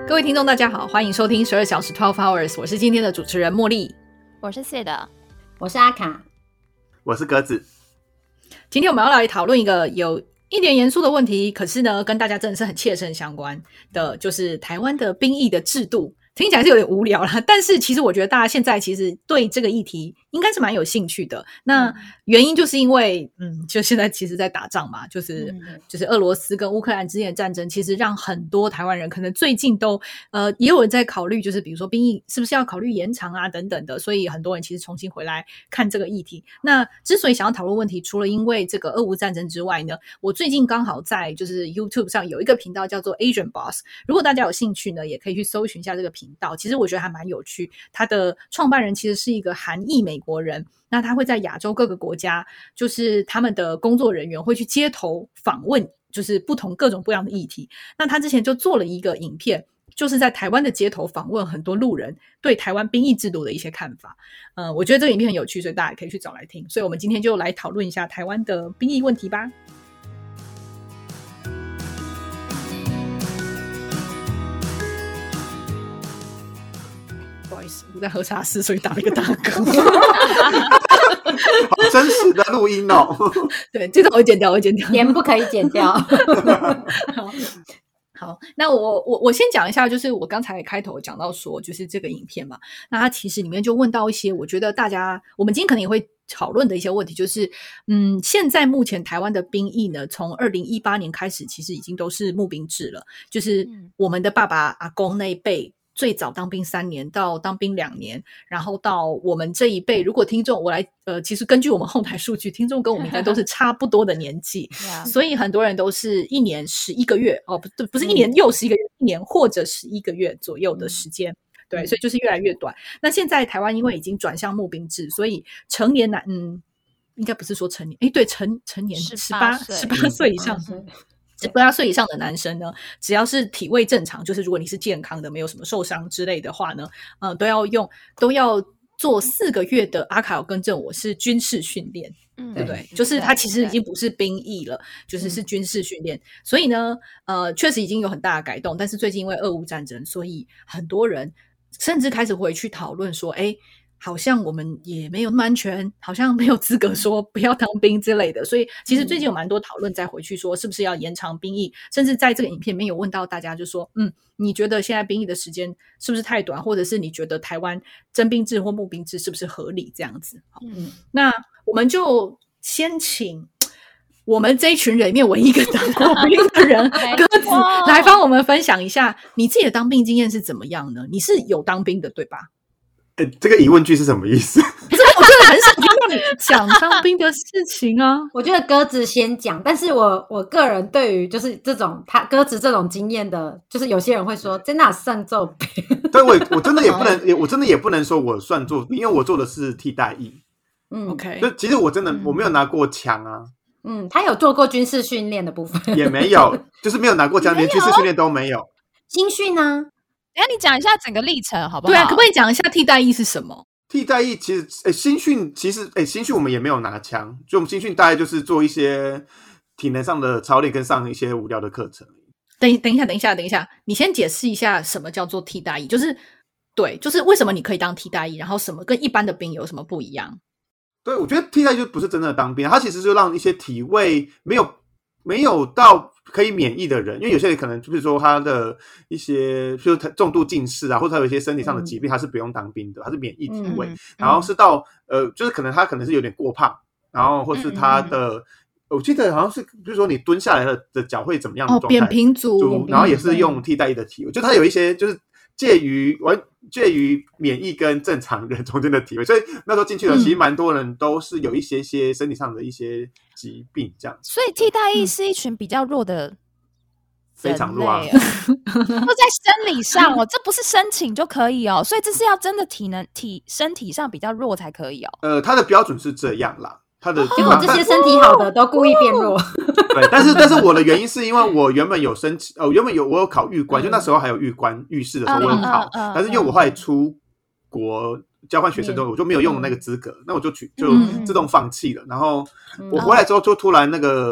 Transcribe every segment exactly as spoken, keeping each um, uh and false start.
各位听众大家好，欢迎收听十二小时 twelve hours， 我是今天的主持人茉莉， 我是谢的， 我是阿卡， 我是鸽子。 今天我们要来讨论一个有一点严肃的问题，可是呢跟大家真的是很切身相关的，就是台湾的兵役的制度。听起来是有点无聊啦，但是其实我觉得大家现在其实对这个议题应该是蛮有兴趣的。那原因就是因为嗯，就现在其实在打仗嘛，就是、嗯、就是俄罗斯跟乌克兰之间的战争，其实让很多台湾人可能最近都呃也有人在考虑，就是比如说兵役是不是要考虑延长啊等等的，所以很多人其实重新回来看这个议题。那之所以想要讨论问题，除了因为这个俄乌战争之外呢，我最近刚好在就是 YouTube 上有一个频道叫做 Asian Boss， 如果大家有兴趣呢，也可以去搜寻一下这个频道。频道其实我觉得还蛮有趣，他的创办人其实是一个韩裔美国人，那他会在亚洲各个国家，就是他们的工作人员会去街头访问，就是不同各种不一样的议题。那他之前就做了一个影片，就是在台湾的街头访问很多路人对台湾兵役制度的一些看法。呃，我觉得这个影片很有趣，所以大家也可以去找来听。所以我们今天就来讨论一下台湾的兵役问题吧。不好意思，我在喝茶室，所以打了一个大嗝。 好真实的录音哦。 对，这个我会剪掉，我会剪掉， 盐不可以剪掉。 好, 好，那我我我先讲一下，就是我刚才开头讲到说，就是这个影片嘛，那它其实里面就问到一些，我觉得大家我们今天可能也会讨论的一些问题，就是嗯，现在目前台湾的兵役呢，从二零一八年开始，其实已经都是募兵制了，就是我们的爸爸阿公那一辈。最早当兵三年到当兵两年，然后到我们这一辈，如果听众我来呃，其实根据我们后台数据，听众跟我们应该都是差不多的年纪，所以很多人都是一年十一个月哦，不对，不是一年又十一个月，一年或者十一个月左右的时间。对，所以就是越来越短。那现在台湾因为已经转向募兵制，所以成年男嗯，应该不是说成年，诶对，成成年十八十八岁以上。嗯十八岁以上的男生呢，只要是体位正常，就是如果你是健康的，没有什么受伤之类的话呢，呃，都要用都要做四个月的，阿卡有更正我是军事训练，嗯，对不对？就是它其实已经不是兵役了，就是是军事训练。所以呢，呃，确实已经有很大的改动，但是最近因为俄乌战争，所以很多人甚至开始回去讨论说，哎。好像我们也没有那么安全，好像没有资格说不要当兵之类的，所以其实最近有蛮多讨论再回去说是不是要延长兵役，甚至在这个影片里面有问到大家就说嗯，你觉得现在兵役的时间是不是太短，或者是你觉得台湾征兵制或募兵制是不是合理这样子。嗯，那我们就先请我们这一群人里面唯一一个当过兵的人鸽子来帮我们分享一下你自己的当兵经验是怎么样呢？你是有当兵的对吧？ 欸、这个疑问句是什么意思？ 可是我真的很少听到你讲当兵的事情啊。 我觉得鸽子先讲，但是我我个人对于就是这种他鸽子这种经验的，就是有些人会说真的算做兵。 对，我我真的也不能，我真的也不能说我算做兵，因为我做的是替代役。 嗯 ，OK。 就其实我真的我没有拿过枪啊。 嗯，他有做过军事训练的部分， 也没有，就是没有拿过枪，连军事训练都没有。 新训呢？ 哎，你讲一下整个历程好不好？ 对啊，可不可以讲一下替代役是什么？ 替代役其实，诶，新训其实，诶，新训我们也没有拿枪，就我们新训大概就是做一些体能上的操练，跟上一些无聊的课程。 等等一下，等一下，等一下，你先解释一下什么叫做替代役，就是对，就是为什么你可以当替代役，然后什么跟一般的兵有什么不一样？对， 我觉得替代役就不是真的当兵，它其实就让一些体位没有没有到可以免疫的人，因为有些人可能就是说他的一些就是重度近视啊，或者他有一些身体上的疾病，他是不用当兵的，他是免疫体位，嗯、然后是到呃，就是可能他可能是有点过胖，然后或是他的，嗯、我记得好像是就是说你蹲下来的的脚会怎么样的状态， 哦，扁平足， 然后也是用替代役的体位，就他有一些就是介于完介于免疫跟正常人中间的体位，所以那时候进去的其实蛮多人都是有一些些身体上的一些疾病这样子。 所以替代役是一群比较弱的人类， 非常弱啊， 都在生理上哦，这不是申请就可以哦，所以这是要真的体能体身体上比较弱才可以哦。 呃，他的标准是这样啦。他的结果这些身体好的都故意变弱。 对，但是但是我的原因是因为我原本有申请，哦，原本有我有考预官，嗯、就那时候还有预官预试的时候我有考，嗯嗯嗯、但是因为我后来出国交换学生之后，我就没有用那个资格，嗯、那我就去就自动放弃了。然后我回来之后，就突然那个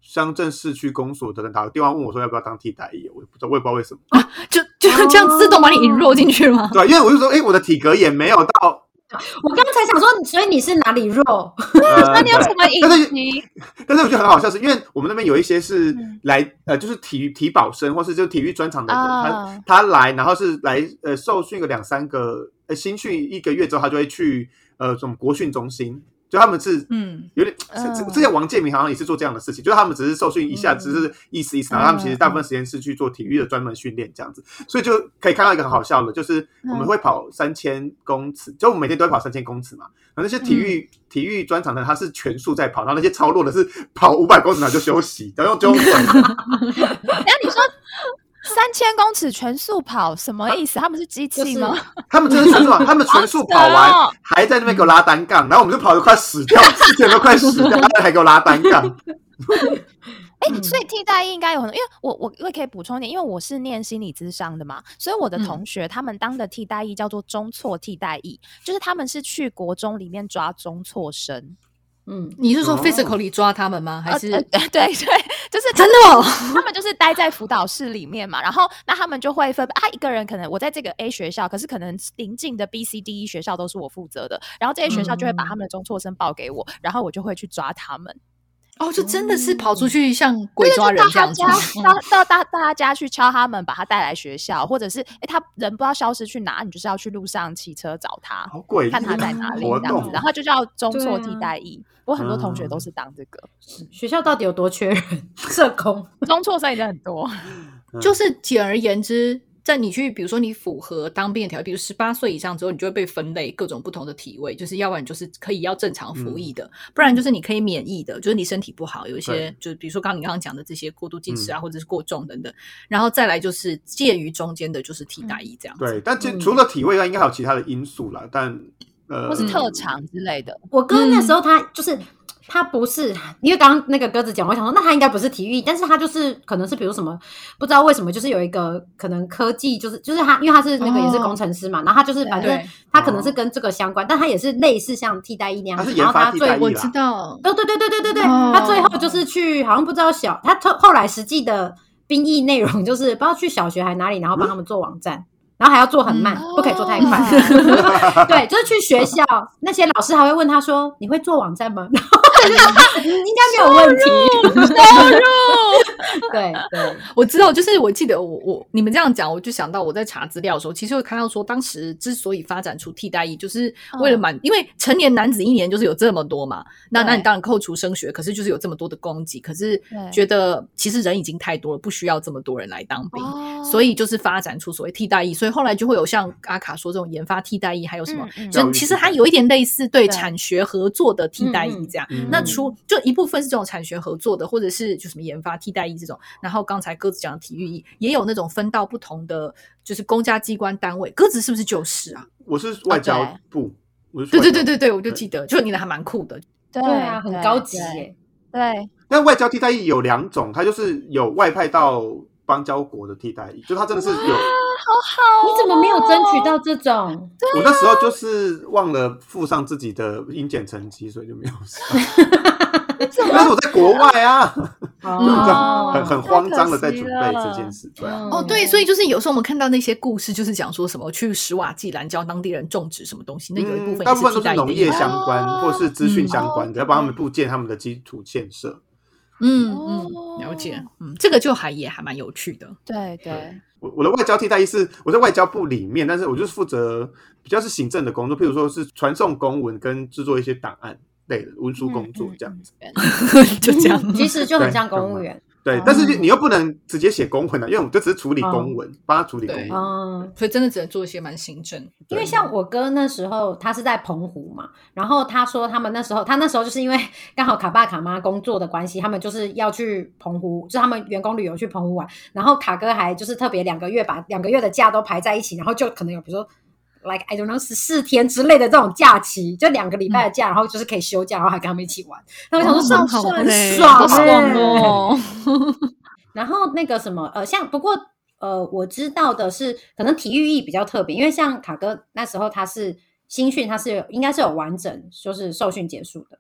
乡镇市区公所的人打个电话问我说要不要当替代役，我也不知道，我也不知道为什么， 啊、就就这样自动把你引入进去吗？ 对，因为我就说，哎，我的体格也没有到。 我刚才想说，所以你是哪里弱？ 呃、那你有什么隐疾？ 但是我觉得很好笑，是因为我们那边有一些是来、嗯、呃，就是体育体保生或是就体育专长的人，啊、他他来，然后是来呃受训个两三个，呃新训一个月之后，他就会去呃什么国训中心。就他们是嗯有点、嗯、之前王建民好像也是做这样的事情，就是他们只是受训一下、嗯、只是意思意思，然后他们其实大部分时间是去做体育的专门训练这样子，所以就可以看到一个很好笑的，就是我们会跑三千公尺，就我们每天都会跑三千公尺嘛，然后那些体育、嗯、体育专场的他是全速在跑，然后那些超弱的是跑五百公尺然后就休息，然后就用转。 那你说三千公尺全速跑什么意思？他们是机器吗？就是、 他们真的全速跑，他们全速跑完、哦、还在那边给我拉单杠，然后我们就跑得快死掉，整个快死掉，他还给我拉单杠。 哎、欸，所以替代役应该有很多，因为我我我可以补充一点，因为我是念心理咨商的嘛，所以我的同学、嗯、他们当的替代役叫做中辍替代役，就是他们是去国中里面抓中辍生。 嗯，你是说 physically 抓他们吗？还是、 呃、对对，就是真的哦， 他们就是待在辅导室里面嘛，然后那他们就会分啊，一个人可能我在这个 A 学校，可是可能邻近的 B、C、D、E 学校都是我负责的，然后这些学校就会把他们的中辍生报给我、嗯，然后我就会去抓他们。 哦，就真的是跑出去像鬼抓人这样子， 到到大大家家去敲他们，把他带来学校，或者是哎他人不知道消失去哪，你就是要去路上骑车找他， 好诡异， 看他在哪里这样子，然后就叫中辍替代役。我很多同学都是当这个。 嗯、学校到底有多缺人？社工中辍生已经很多， 就是简而言之。在你去比如说你符合当兵的条件，比如十八岁以上之后，你就会被分类各种不同的体位，就是要不然就是可以要正常服役的、嗯、不然就是你可以免疫的，就是你身体不好有一些就是比如说刚刚你刚刚讲的这些过度近视啊、嗯、或者是过重等等，然后再来就是介于中间的就是替代役这样子、 嗯、对，但除了体位应该还有其他的因素啦，但呃或是特长之类的。 我哥那时候他就是、嗯他不是，因为刚刚那个鸽子讲，我想说，那他应该不是体育，但是他就是可能是比如什么，不知道为什么，就是有一个可能科技，就是就是他，因为他是那个也是工程师嘛，哦、然后他就是反正他可能是跟这个相关，但他也是类似像替代役那样子， 他是研发替代役啦， 然后他最我知道， 对对对对对对对，哦、他最后就是去好像不知道小，他后来实际的兵役内容就是不知道去小学还哪里，然后帮他们做网站。嗯然后还要做很慢、嗯、不可以做太快、哦、对，就是去学校那些老师还会问他说你会做网站吗？然后应该没有问题收入对对， 我知道，就是我记得我我你们这样讲，我就想到我在查资料的时候，其实会看到说当时之所以发展出替代役，就是为了满、嗯、因为成年男子一年就是有这么多嘛，那那你当然扣除升学，可是就是有这么多的供给，可是觉得其实人已经太多了，不需要这么多人来当兵、哦、所以就是发展出所谓替代役，所以后来就会有像阿卡说这种研发替代役，还有什么、嗯嗯、就其实它有一点类似对产学合作的替代役这样、嗯嗯、那除就一部分是这种产学合作的，或者是就什么研发替代役这种，然后刚才鸽子讲的体育役也有那种分到不同的就是公家机关单位，鸽子是不是就是啊？ 我是外交部、哦、我是对对对对对，我就记得就你的还蛮酷的， 对啊，很高级耶。 对， 那外交替代役有两种，它就是有外派到邦交国的替代役，就它真的是有好好、哦、 你怎么没有争取到这种？ 我那时候就是忘了附上自己的英检成绩，所以就没有上但是我在国外啊哦、很很慌张的在准备这件事。对啊， 哦对，所以就是有时候我们看到那些故事，就是讲说什么去史瓦济兰教当地人种植什么东西，那有一部分也是、嗯、 大部分都是农业相关、哦、或是资讯相关的、嗯、要帮他们布建他们的基础建设。 嗯嗯，了解。嗯，这个就还也还蛮有趣的。 对对， 我我的外交替代役是我在外交部里面，但是我就是负责比较是行政的工作，譬如说是传送公文跟制作一些档案类的文书工作这样子， 嗯嗯、就这样、 嗯，其实就很像公务员。 对，对但是你又不能直接写公文啊，因为我们就只是处理公文，帮、哦、他处理公文， 嗯， 所以真的只能做一些蛮行政。 因为像我哥那时候，他是在澎湖嘛，然后他说他们那时候，他那时候就是因为刚好卡爸卡妈工作的关系，他们就是要去澎湖，就是他们员工旅游去澎湖玩，然后卡哥还就是特别两个月把两个月的假都排在一起，然后就可能有比如说。like I don't know 十四天之类的这种假期，就两个礼拜的假、嗯、然后就是可以休假，然后还跟他们一起玩，然后我想说爽、哦、很爽好爽哦然后那个什么呃，像不过呃，我知道的是可能体育役比较特别，因为像卡哥那时候他是新训，他是有应该是有完整就是受训结束的。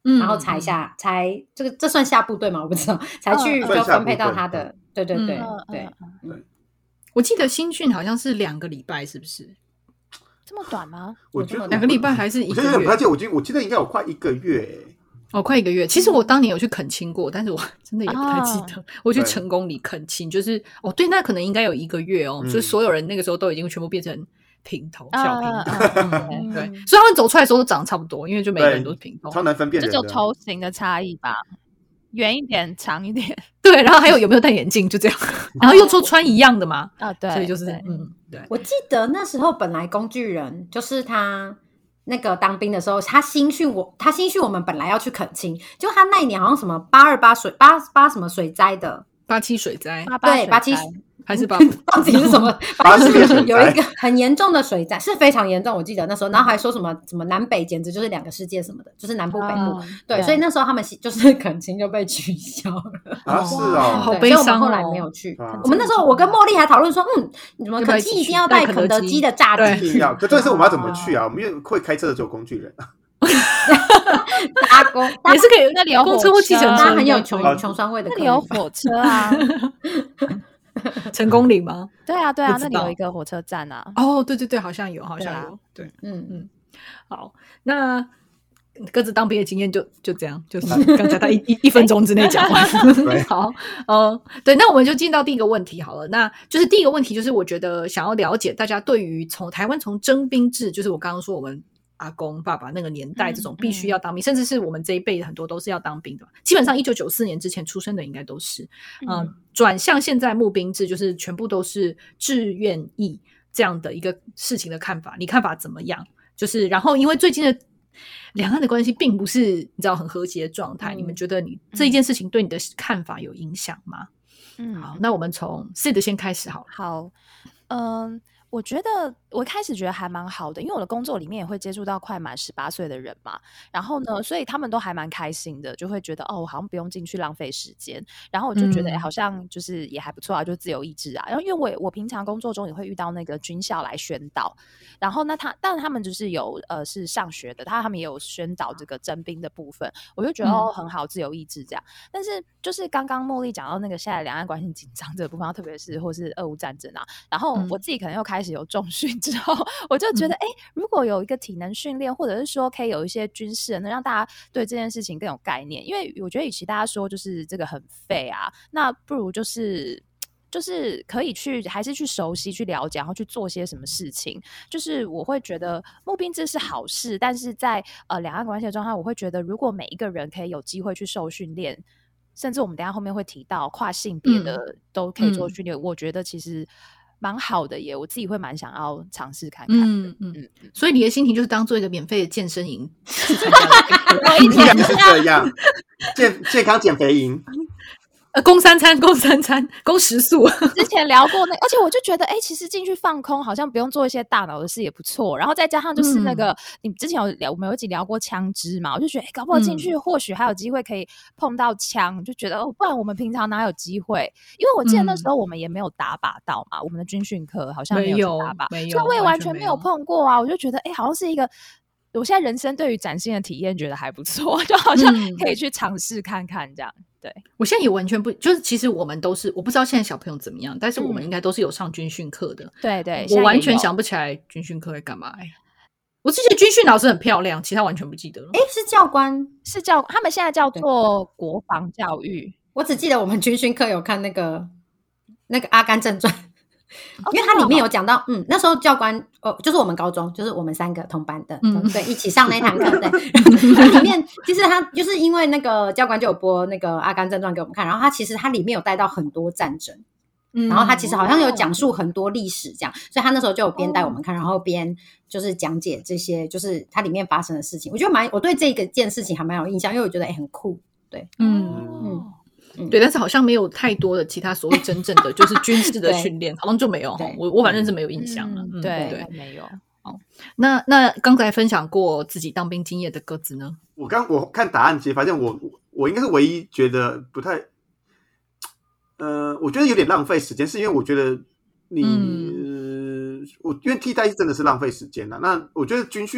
嗯然后才下才这个这算下部队吗？我不知道，才去嗯就分配到他的，对对对嗯对。 嗯我记得新训好像是两个礼拜，是不是？ 这么短吗？ 我觉得两个礼拜还是一我个月？ 现在不太记得，我记我记得应该有快一个月、欸。 哦，快一个月。其实我当年有去恳亲过，但是我真的也不太记得。 哦、 我去成功里恳亲，就是哦，对，那可能应该有一个月哦， 嗯、 就是所有人那个时候都已经全部变成平头、 嗯、 小平头， 嗯嗯、对，所以他们走出来的时候都长得差不多，因为就每个人都是平头， 超难分辨人的， 这就头型的差异吧。圆一点，长一点， 对，然后还有有没有戴眼镜，就这样，然后又说穿一样的嘛， 啊、哦，对， 所以就是嗯，对。 我记得那时候本来工具人就是他那个当兵的时候，他新训我，他新训我们本来要去恳亲，就他那一年好像什么八二八水八八什么水灾的， 八七水灾， 对，八七还是八忘记是什么， 八七有一个很严重的水灾，是非常严重，我记得那时候，然后还说什么什么南北简直就是两个世界什么的，就是南部北部， 哦、 对，所以那时候他们就是恳亲就被取消了啊，是哦， 好悲伤哦， 所以我们后来没有去。我们那时候我跟茉莉还讨论说，嗯，你们恳亲一定要带肯德基的炸鸡， 一定要。这这是我们要怎么去啊？我们因为会开车的只有工具人啊。 搭公也是可以， 那里有公车或计程车， 他很有穷穷酸味的。 那里有火车啊， 成功岭吗？ 对啊，对啊，那里有一个火车站啊。 哦，对对对，好像有，好像有。对，嗯嗯。好，那各自当兵的经验就就这样，就是刚才他一一一分钟之内讲完。好，呃，对，那我们就进到第一个问题好了。那就是第一个问题，就是我觉得想要了解大家对于从台湾从征兵制，就是我刚刚说我们阿公爸爸那个年代这种必须要当兵，嗯嗯、甚至是我们这一辈很多都是要当兵的，基本上一九九四年之前出生的应该都是，嗯、呃，转向现在募兵制，就是全部都是志愿役这样的一个事情的看法，你看法怎么样？就是然后因为最近的两岸的关系并不是你知道很和谐的状态，嗯、你们觉得你这一件事情对你的看法有影响吗？嗯，好，那我们从 Sid 先开始好了。 好，嗯。我觉得我一开始觉得还蛮好的，因为我的工作里面也会接触到快满十八岁的人嘛，然后呢，所以他们都还蛮开心的，就会觉得哦，我好像不用进去浪费时间，然后我就觉得、嗯欸、好像就是也还不错啊，就自由意志啊。然后因为我我平常工作中也会遇到那个军校来宣导，然后那他但他们就是有呃是上学的，他他们也有宣导这个征兵的部分，我就觉得、嗯、哦很好，自由意志这样。但是就是刚刚茉莉讲到那个现在两岸关系紧张这个部分，特别是或是俄乌战争啊，然后我自己可能又开始有重训之后，我就觉得哎、嗯，如果有一个体能训练，或者是说可以有一些军事，能让大家对这件事情更有概念。因为我觉得，与其大家说就是这个很废啊，那不如就是就是可以去，还是去熟悉、去了解，然后去做些什么事情。就是我会觉得募兵制是好事，但是在呃两岸关系的状态，我会觉得如果每一个人可以有机会去受训练，甚至我们等一下后面会提到跨性别的、嗯、都可以做训练、嗯，我觉得其实。蛮好的耶，我自己会蛮想要尝试看看的。 嗯嗯嗯，所以你的心情就是当做一个免费的健身营去参加我以前是这样，健健康减肥营。 呃，供三餐，供三餐，供食宿。 之前聊过那，而且我就觉得，哎、欸，其实进去放空，好像不用做一些大脑的事也不错。然后再加上就是那个，嗯、你之前有聊，我们有一集聊过枪支嘛，我就觉得，哎、欸，搞不好进去、嗯、或许还有机会可以碰到枪，就觉得哦，不然我们平常哪有机会？因为我记得那时候我们也没有打靶到嘛，嗯、我们的军训课好像没有打靶， 没有， 所以我也完全没有碰过啊。我就觉得，哎、欸，好像是一个。我现在人生对于崭新的体验觉得还不错，就好像可以去尝试看看这样。嗯、对， 我现在也完全不，就是其实我们都是，我不知道现在小朋友怎么样，但是我们应该都是有上军训课的。 嗯、对对， 我完全想不起来军训课在干嘛、欸。我之前军训老师很漂亮，其他完全不记得了。 哎，是教官， 是教，他们现在叫做国防教育。 我只记得我们军训课有看那个那个《阿甘正传》。因为它里面有讲到，嗯，那时候教官哦，就是我们高中，就是我们三个同班的，嗯，对，一起上那堂课，对。里面其实他就是因为那个教官就有播那个《阿甘正传》给我们看，然后他其实他里面有带到很多战争，嗯，然后他其实好像有讲述很多历史这样，所以他那时候就有边带我们看，然后边就是讲解这些就是它里面发生的事情。我觉得蛮，我对这个件事情还蛮有印象，因为我觉得哎、欸、很酷，对， 嗯嗯。对，但是好像没有太多的其他所谓真正的就是军事的训练，好像就没有。我我反正是没有印象了。 嗯、对对， 没有。 好，那那刚才分享过自己当兵经验的各自呢？ 我刚我看答案，其实发现我我应该是唯一觉得不太，呃，我觉得有点浪费时间，是因为我觉得你，嗯、呃、我因为替代役真的是浪费时间了。那我觉得军训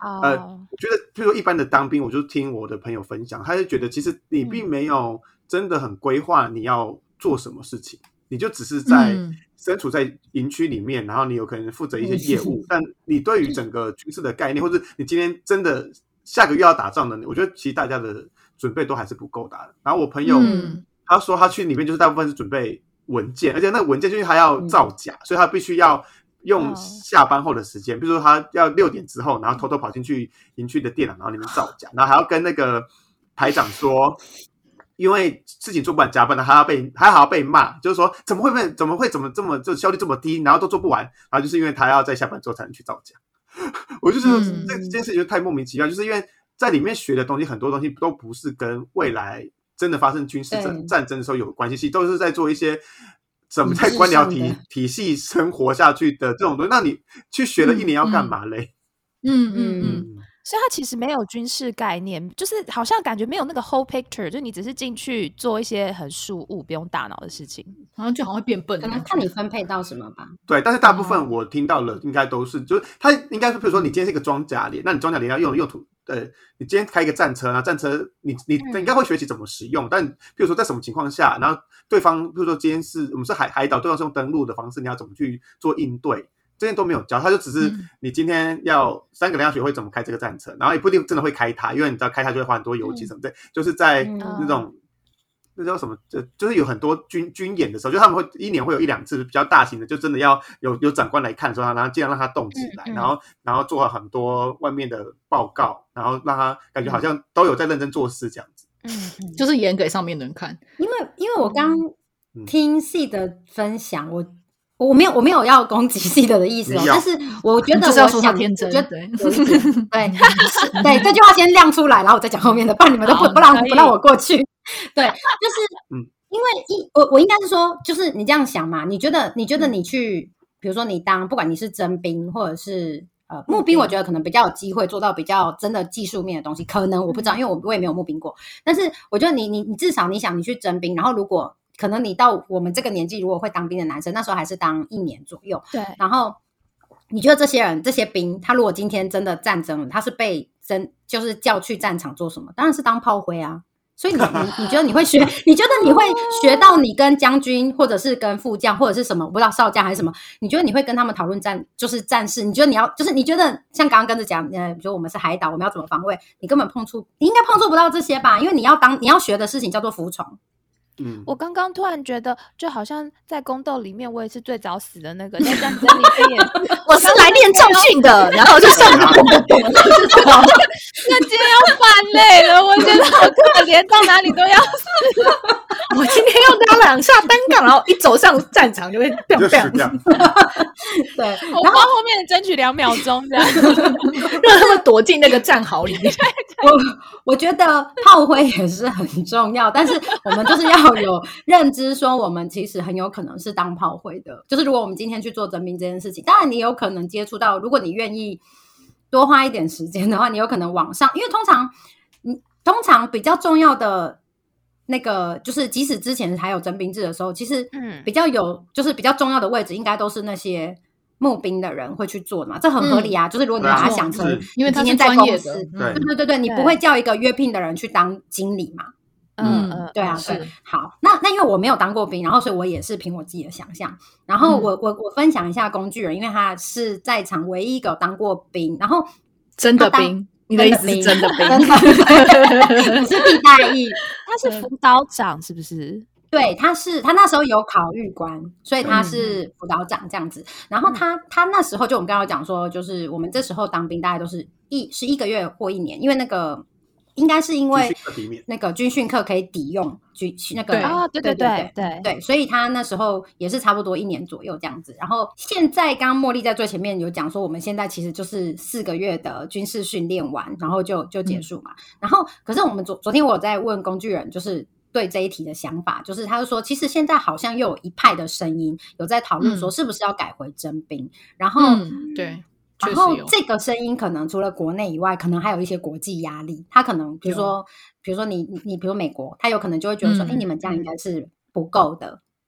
哦、 呃，我觉得比如说一般的当兵，我就听我的朋友分享，他就觉得其实你并没有真的很规划你要做什么事情，你就只是在身处在营区里面，然后你有可能负责一些业务，但你对于整个军事的概念，或者你今天真的下个月要打仗的，我觉得其实大家的准备都还是不够大的。然后我朋友、嗯、他说他去里面就是大部分是准备文件，而且那个文件就是他要造假、嗯、所以他必须要用下班后的时间、哦、比如说他要六点之后，然后偷偷跑进去营区的电脑，然后里面造假，然后还要跟那个排长说因为事情做不完加班的，还要被还要被骂，就是说怎么会被怎么会怎么这么就效率这么低，然后都做不完，然后就是因为他要在下班之后才能去造假。我就觉得这这件事情就太莫名其妙，就是因为在里面学的东西很多东西都不是跟未来真的发生军事战争的时候有关系，其实都是在做一些怎么在官僚体体系生活下去的这种东西。那你去学了一年要干嘛嘞？ 嗯嗯 嗯, 嗯所以它其实没有军事概念，就是好像感觉没有那个 whole picture， 就你只是进去做一些很事务不用大脑的事情， 好像就好像会变笨， 可能看你分配到什么吧。 对，但是大部分我听到了应该都是、哦、就是它应该是比如说你今天是一个装甲连，那你装甲连要用的用途呃，你今天开一个战车，然后战车你你应该会学习怎么使用、嗯、但比如说在什么情况下，然后对方比如说今天是我们是海海岛，对方是用登陆的方式，你要怎么去做应对，这些都没有教，他就只是你今天要三个人要学会怎么开这个战车，然后也不一定真的会开它，因为你知道开它就会花很多油漆什么的、嗯、就是在那种、嗯、那叫什么，就是有很多军军演的时候，就他们会一年会有一两次比较大型的，就真的要有有长官来看的时候，然后尽量让他动起来、嗯嗯、然后然后做很多外面的报告，然后让他感觉好像都有在认真做事这样子， 嗯，就是演给上面的人看。 因为因为我刚听 Seed 的分享，我我没有我没有要攻击 Seed 的意思哦，但是我觉得我想， 就是要说他天真， 我觉得对对对，这句话先亮出来，然后我再讲后面的，不然你们都不不让不让我过去。对，就是因为一我我应该是说，就是你这样想嘛，你觉得你觉得你去，比如说你当不管你是征兵或者是呃募兵，我觉得可能比较有机会做到比较真的技术面的东西，可能我不知道，因为我我也没有募兵过，但是我觉得你你你至少你想你去征兵，然后如果可能你到我们这个年纪，如果会当兵的男生，那时候还是当一年左右。对，然后你觉得这些人、这些兵，他如果今天真的战争了，他是被真就是叫去战场做什么？当然是当炮灰啊。所以你你你觉得你会学？你觉得你会学到你跟将军，或者是跟副将，或者是什么？我不知道少将还是什么？你觉得你会跟他们讨论战，就是战事？你觉得你要就是你觉得像刚刚跟着讲，呃，比如说我们是海岛，我们要怎么防卫？你根本碰触，你应该碰触不到这些吧？因为你要当你要学的事情叫做服从。 嗯，我刚刚突然觉得，就好像在宫斗里面，我也是最早死的那个。在战争里面也， 我是来练重训的，然后就上那今天要翻累了，我觉得好可怜，到哪里都要死。 我今天要打两下单杠，然后一走上战场就会砰砰。 对， 我帮后面争取两秒钟，这样让他们躲进那个战壕里面。 我我觉得炮灰也是很重要，但是我们就是要有认知，说我们其实很有可能是当炮灰的。就是如果我们今天去做征兵这件事情，当然你有可能接触到，如果你愿意多花一点时间的话，你有可能往上，因为通常你通常比较重要的那个，就是即使之前还有征兵制的时候，其实比较有就是比较重要的位置，应该都是那些募兵的人会去做的嘛，这很合理啊。嗯、就是如果你把它想成， 因为他今天在公司， 嗯、 对对对对，你不会叫一个约聘的人去当经理嘛。 嗯嗯， 对啊，对，好，那那因为我没有当过兵，然后所以我也是凭我自己的想象，然后我、嗯、我我分享一下工具人，因为他是在场唯一一个当过兵，然后真的兵，你的意思是真的兵， 真的不是替代役， 他是辅导长是不是？ 对，他是他那时候有考预官，所以他是辅导长这样子。嗯、然后他他那时候就我们刚刚讲说，就是我们这时候当兵大概都是一十一个月或一年，因为那个。应该是因为那个军训课可以抵用军那个啊，对对对对对, 对，所以他那时候也是差不多一年左右这样子。然后现在刚刚茉莉在最前面有讲说，我们现在其实就是四个月的军事训练完，然后就就结束嘛。嗯、然后可是我们昨昨天我有在问工具人，就是对这一题的想法，就是他就说，其实现在好像又有一派的声音有在讨论说，是不是要改回征兵？嗯、然后、 嗯、对。 然后这个声音可能除了国内以外，可能还有一些国际压力。他可能比如说，比如说你你你比如美国，他有可能就会觉得说，哎、嗯，你们这样应该是不够的。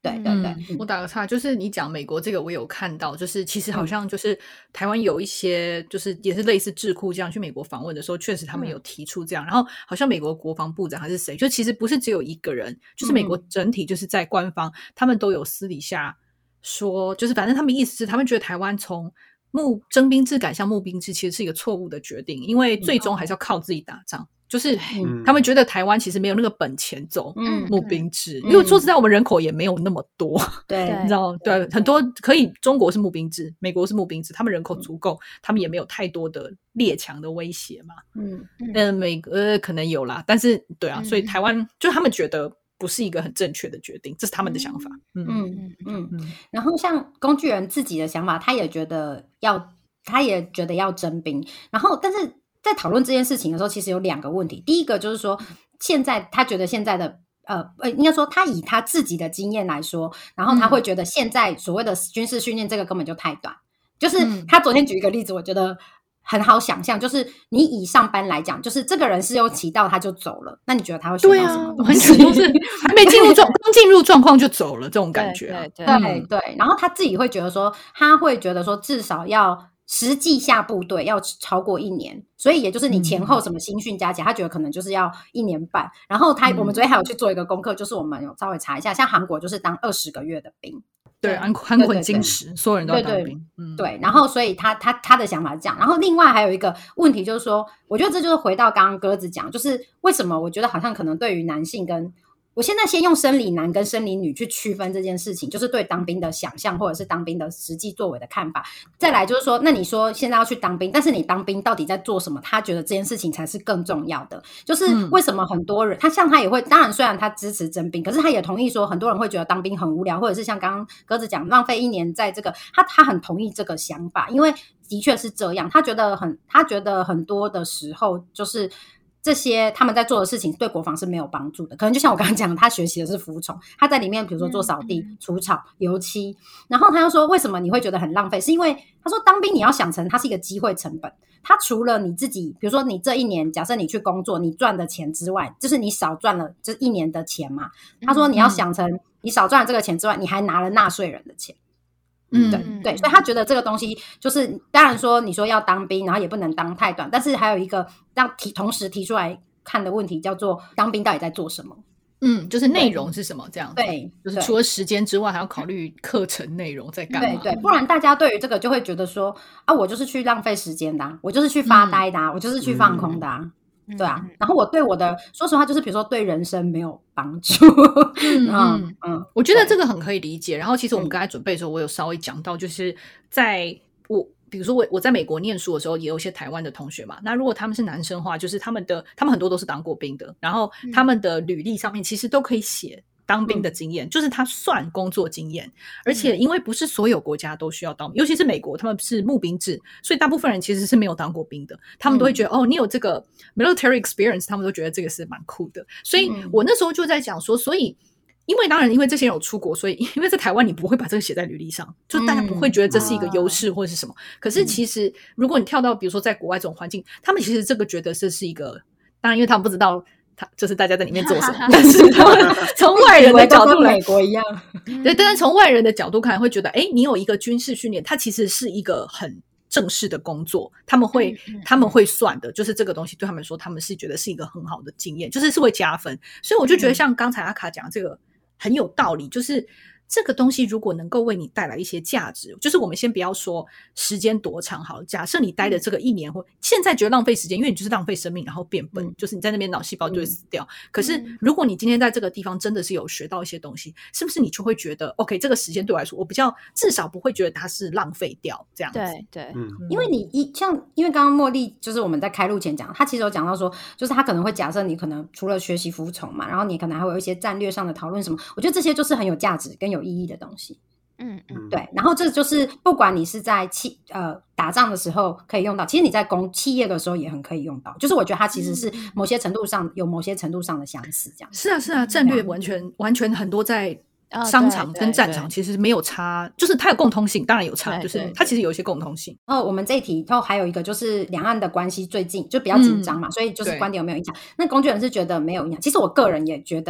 对对对、 嗯，我打个岔，就是你讲美国这个我有看到，就是其实好像就是台湾有一些就是也是类似智库这样去美国访问的时候，确实他们有提出这样、嗯、然后好像美国国防部长还是谁，就其实不是只有一个人，就是美国整体就是在官方、嗯、他们都有私底下说，就是反正他们意思是他们觉得台湾从募征兵制改向募兵制其实是一个错误的决定，因为最终还是要靠自己打仗、嗯就是他们觉得台湾其实没有那个本钱走募兵制、嗯、因为说实在我们人口也没有那么多， 对， 你知道，对，很多可以，中国是募兵制，美国是募兵制，他们人口足够、嗯、他们也没有太多的列强的威胁嘛，嗯嗯，美国、呃、可能有啦，但是对啊、嗯、所以台湾就他们觉得不是一个很正确的决定，这是他们的想法。嗯嗯 嗯, 嗯然后像工具人自己的想法，他也觉得要他也觉得要征兵，然后但是在讨论这件事情的时候，其实有两个问题。第一个就是说，现在他觉得现在的呃呃，应该说他以他自己的经验来说，然后他会觉得现在所谓的军事训练这个根本就太短。就是他昨天举一个例子，我觉得很好想象，就是你以上班来讲，就是这个人是有骑到他就走了，那你觉得他会学到什么东西？ 对啊，就是还没进入状，刚进入状况就走了，这种感觉、啊。 对 对 对, 对。然后他自己会觉得说，他会觉得说，至少要实际下部队要超过一年，所以也就是你前后什么新训加起来、嗯、他觉得可能就是要一年半。然后他、嗯、我们昨天还有去做一个功课，就是我们有稍微查一下，像韩国就是当二十个月的兵。 对，韩国很矜持，所有人都要当兵。 对 对, 嗯、对，然后所以他他他的想法是这样。然后另外还有一个问题就是说，我觉得这就是回到刚刚鸽子讲，就是为什么我觉得好像可能对于男性跟我现在先用生理男跟生理女去区分这件事情，就是对当兵的想象或者是当兵的实际作为的看法。再来就是说，那你说现在要去当兵，但是你当兵到底在做什么？他觉得这件事情才是更重要的。就是为什么很多人、嗯、他像他也会，当然虽然他支持征兵，可是他也同意说很多人会觉得当兵很无聊，或者是像刚刚鸽子讲浪费一年在这个，他他很同意这个想法，因为的确是这样。他觉得很他觉得很多的时候就是这些他们在做的事情对国防是没有帮助的，可能就像我刚刚讲的，他学习的是服从，他在里面比如说做扫地、嗯、除草、油漆，然后他又说为什么你会觉得很浪费，是因为他说当兵你要想成它是一个机会成本，他除了你自己比如说你这一年假设你去工作你赚的钱之外，就是你少赚了这一年的钱嘛，他说你要想成你少赚了这个钱之外，你还拿了纳税人的钱。嗯，对对，所以他觉得这个东西就是当然说你说要当兵，然后也不能当太短，但是还有一个让提同时提出来看的问题叫做当兵到底在做什么。 嗯，就是内容是什么这样子。 对， 就是除了时间之外还要考虑课程内容在干嘛。 对对，不然大家对于这个就会觉得说啊，我就是去浪费时间的、啊、我就是去发呆的、啊嗯、我就是去放空的、啊嗯对啊，然后我对我的说实话就是比如说对人生没有帮助。 嗯嗯嗯，我觉得这个很可以理解。然后其实我们刚才准备的时候我有稍微讲到，就是在我比如说我我在美国念书的时候也有一些台湾的同学嘛，那如果他们是男生的话，就是他们的他们很多都是当过兵的，然后他们的履历上面其实都可以写当兵的经验、嗯、就是他算工作经验，而且因为不是所有国家都需要当兵，尤其是美国他们是募兵制，所以大部分人其实是没有当过兵的，他们都会觉得、嗯、哦你有这个 military experience， 他们都觉得这个是蛮酷的。所以我那时候就在讲说，所以因为当然因为这些人有出国，所以因为在台湾你不会把这个写在履历上，就大家不会觉得这是一个优势或者是什么、嗯、可是其实如果你跳到比如说在国外这种环境，他们其实这个觉得这是一个，当然因为他们不知道他就是大家在里面做什么，但是他们从外人的角度来， 美国一样， 对，但是从外人的角度看，会觉得，哎，你有一个军事训练，它其实是一个很正式的工作，他们会、嗯、他们会算的，就是这个东西对他们说，他们是觉得是一个很好的经验，就是是会加分。所以我就觉得像刚才阿卡讲这个很有道理，就是这个东西如果能够为你带来一些价值，就是我们先不要说时间多长好，假设你待的这个一年或现在觉得浪费时间，因为你就是浪费生命然后变笨、嗯、就是你在那边脑细胞就会死掉、嗯、可是如果你今天在这个地方真的是有学到一些东西，是不是你就会觉得 OK 这个时间对我来说我比较至少不会觉得它是浪费掉这样子。 对对、 嗯、因为你一像因为刚刚茉莉就是我们在开录前讲，他其实有讲到说就是他可能会假设你可能除了学习服从嘛，然后你可能还会有一些战略上的讨论什么，我觉得这些就是很有价值跟有意义的东西。嗯嗯，对，然后这就是不管你是在企呃打仗的时候可以用到，其实你在公企业的时候也很可以用到，就是我觉得它其实是某些程度上、嗯、有某些程度上的相似这样。 是啊是啊，战略完全、嗯、完全很多在商场跟战场其实没有差、哦、就是它有共通性，当然有差，就是它其实有一些共通性。 哦，我们这一题后还有一个就是两岸的关系最近就比较紧张嘛、嗯、所以就是观点有没有影响，那工具人是觉得没有影响，其实我个人也觉得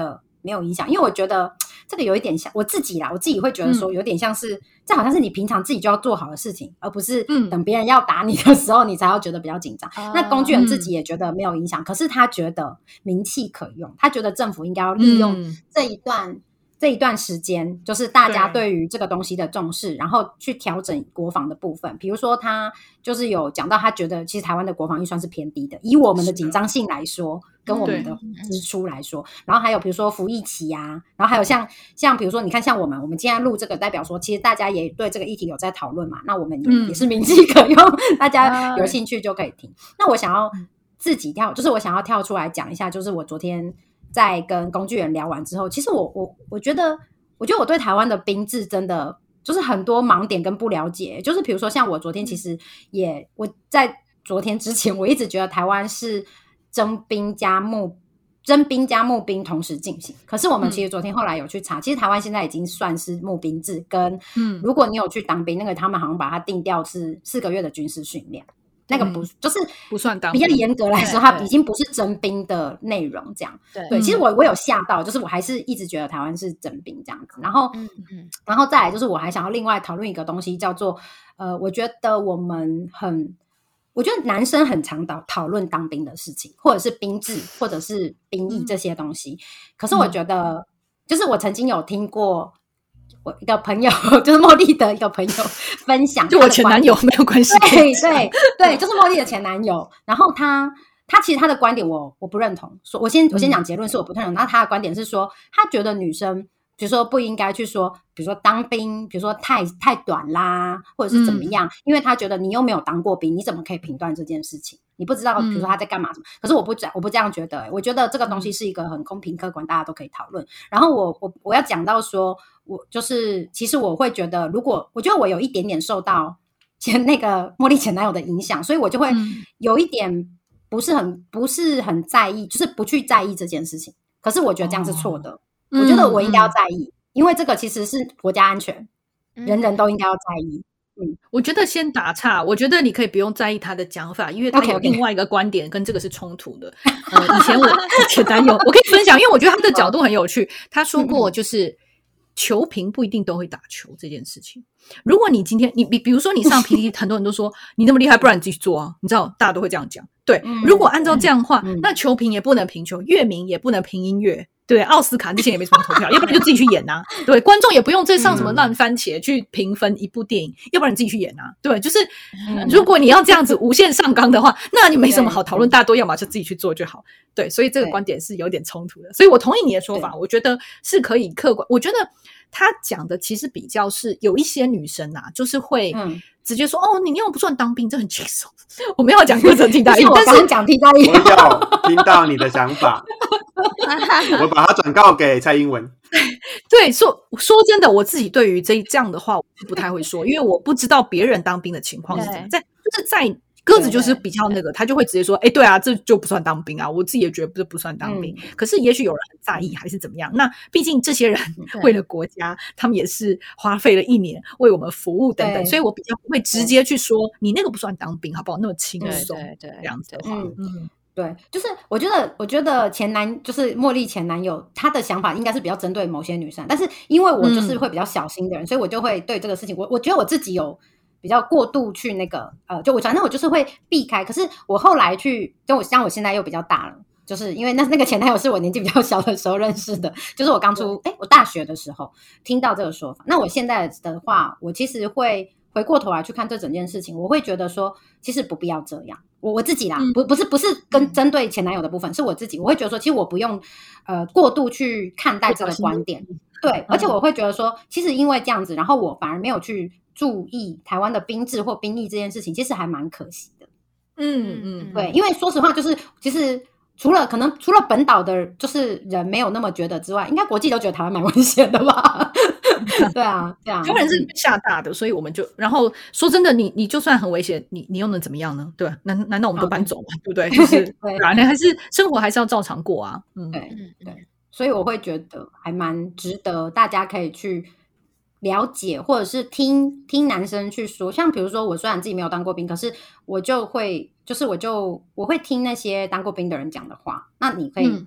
没有影响，因为我觉得这个有一点像我自己啦，我自己会觉得说有点像是、嗯、这好像是你平常自己就要做好的事情，而不是等别人要打你的时候你才要觉得比较紧张、嗯、那工具人自己也觉得没有影响、嗯、可是他觉得名气可用，他觉得政府应该要利用这一段、嗯这一段时间就是大家对于这个东西的重视，然后去调整国防的部分。比如说他就是有讲到他觉得其实台湾的国防预算是偏低的，以我们的紧张性来说跟我们的支出来说，然后还有比如说服役期啊，然后还有像像比如说你看像我们我们今天录这个代表说其实大家也对这个议题有在讨论嘛，那我们 也,、嗯、也是名气可用，大家有兴趣就可以听。那我想要自己跳就是我想要跳出来讲一下，就是我昨天在跟工具人聊完之后，其实我我我觉得，我觉得我对台湾的兵制真的就是很多盲点跟不了解。就是比如说，像我昨天其实也我在昨天之前，我一直觉得台湾是征兵加募征兵加募兵同时进行。可是我们其实昨天后来有去查，嗯、其实台湾现在已经算是募兵制，跟嗯，如果你有去当兵，那个他们好像把它定调是四个月的军事训练。那个不、嗯、就是不算当兵， 比较严格来说它已经不是征兵的内容这样。 对, 对，其实我我有吓到，就是我还是一直觉得台湾是征兵这样子。然后、嗯嗯、然后再来就是我还想要另外讨论一个东西叫做呃，我觉得我们很我觉得男生很常讨讨论当兵的事情，或者是兵制或者是兵役这些东西、嗯、可是我觉得、嗯、就是我曾经有听过我一个朋友，就是茉莉的一个朋友分享， 就我前男友没有关系， 对对对，就是茉莉的前男友。然后他他其实他的观点我我不认同，说我先我先讲结论是我不认同。那、嗯、他的观点是说，他觉得女生比如说不应该去说，比如说当兵，比如说太太短啦，或者是怎么样、嗯，因为他觉得你又没有当过兵，你怎么可以评断这件事情？你不知道，比如说他在干嘛什么、嗯？可是我不我不这样觉得、欸，我觉得这个东西是一个很公平客观，大家都可以讨论。然后我我我要讲到说。我就是其实我会觉得，如果我觉得我有一点点受到前那个茉莉前男友的影响，所以我就会有一点不是很不是很在意，就是不去在意这件事情。可是我觉得这样是错的、哦、我觉得我应该要在意、嗯、因为这个其实是国家安全、嗯、人人都应该要在意。嗯， 我觉得先打岔，我觉得你可以不用在意他的讲法，因为他有另外一个观点跟这个是冲突的。Okay, okay. 呃，以前我前男友我可以分享，因为我觉得他的角度很有趣。他说过就是。球评不一定都会打球这件事情。如果你今天你比比如说你上 P T T 很多人都说你那么厉害，不然你自己去做啊，你知道大家都会这样讲。对、嗯、如果按照这样的话、嗯、那球评也不能评球，乐迷也不能评音乐，对，奥斯卡之前也没什么投票要不然就自己去演啊，对，观众也不用再上什么烂番茄去评分一部电影、嗯、要不然你自己去演啊，对，就是、嗯、如果你要这样子无限上纲的话那你没什么好讨论，大家都要嘛就自己去做就好。对，所以这个观点是有点冲突的，所以我同意你的说法，我觉得是可以客观。我觉得他讲的其实比较是有一些女生啊就是会直接说、嗯、哦你又不算当兵，这很轻松。我们要讲课程替代役， 我刚刚讲替代役， 我要听到你的想法我把它转告给蔡英文。 对，说说真的，我自己对于这这样的话我不太会说，因为我不知道别人当兵的情况是怎么，在就是在鸽子就是比较那个，他就会直接说哎，对啊这就不算当兵啊，我自己也觉得这不算当兵、嗯、可是也许有人很在意还是怎么样，那毕竟这些人为了国家他们也是花费了一年为我们服务等等，所以我比较不会直接去说你那个不算当兵好不好，那么轻松这样子的话。 嗯嗯，对，就是我觉得我觉得前男就是茉莉前男友他的想法应该是比较针对某些女生，但是因为我就是会比较小心的人、嗯、所以我就会对这个事情我我觉得我自己有比较过度去那个呃，就我反正我就是会避开。可是我后来去，就我像我现在又比较大了，就是因为那那个前男友是我年纪比较小的时候认识的，就是我刚出哎我大学的时候听到这个说法。那我现在的话，我其实会回过头来去看这整件事情，我会觉得说其实不必要这样。我我自己啦，不不是不是跟针对前男友的部分，是我自己，我会觉得说其实我不用呃过度去看待这个观点。对，而且我会觉得说其实因为这样子，然后我反而没有去注意台湾的兵制或兵役这件事情，其实还蛮可惜的。嗯嗯，对，因为说实话，就是其实除了可能除了本岛的，就是人没有那么觉得之外，应该国际都觉得台湾蛮危险的吧？对啊，对啊， 台湾人是吓大的，所以我们就，然后说真的，你你就算很危险，你你又能怎么样呢？对，难难道我们都搬走吗？对不对？就是对啊，你还是生活还是要照常过啊。嗯， 对对，所以我会觉得还蛮值得大家可以去了解，或者是听听男生去说。像比如说我虽然自己没有当过兵，可是我就会就是我就我会听那些当过兵的人讲的话，那你可以、嗯、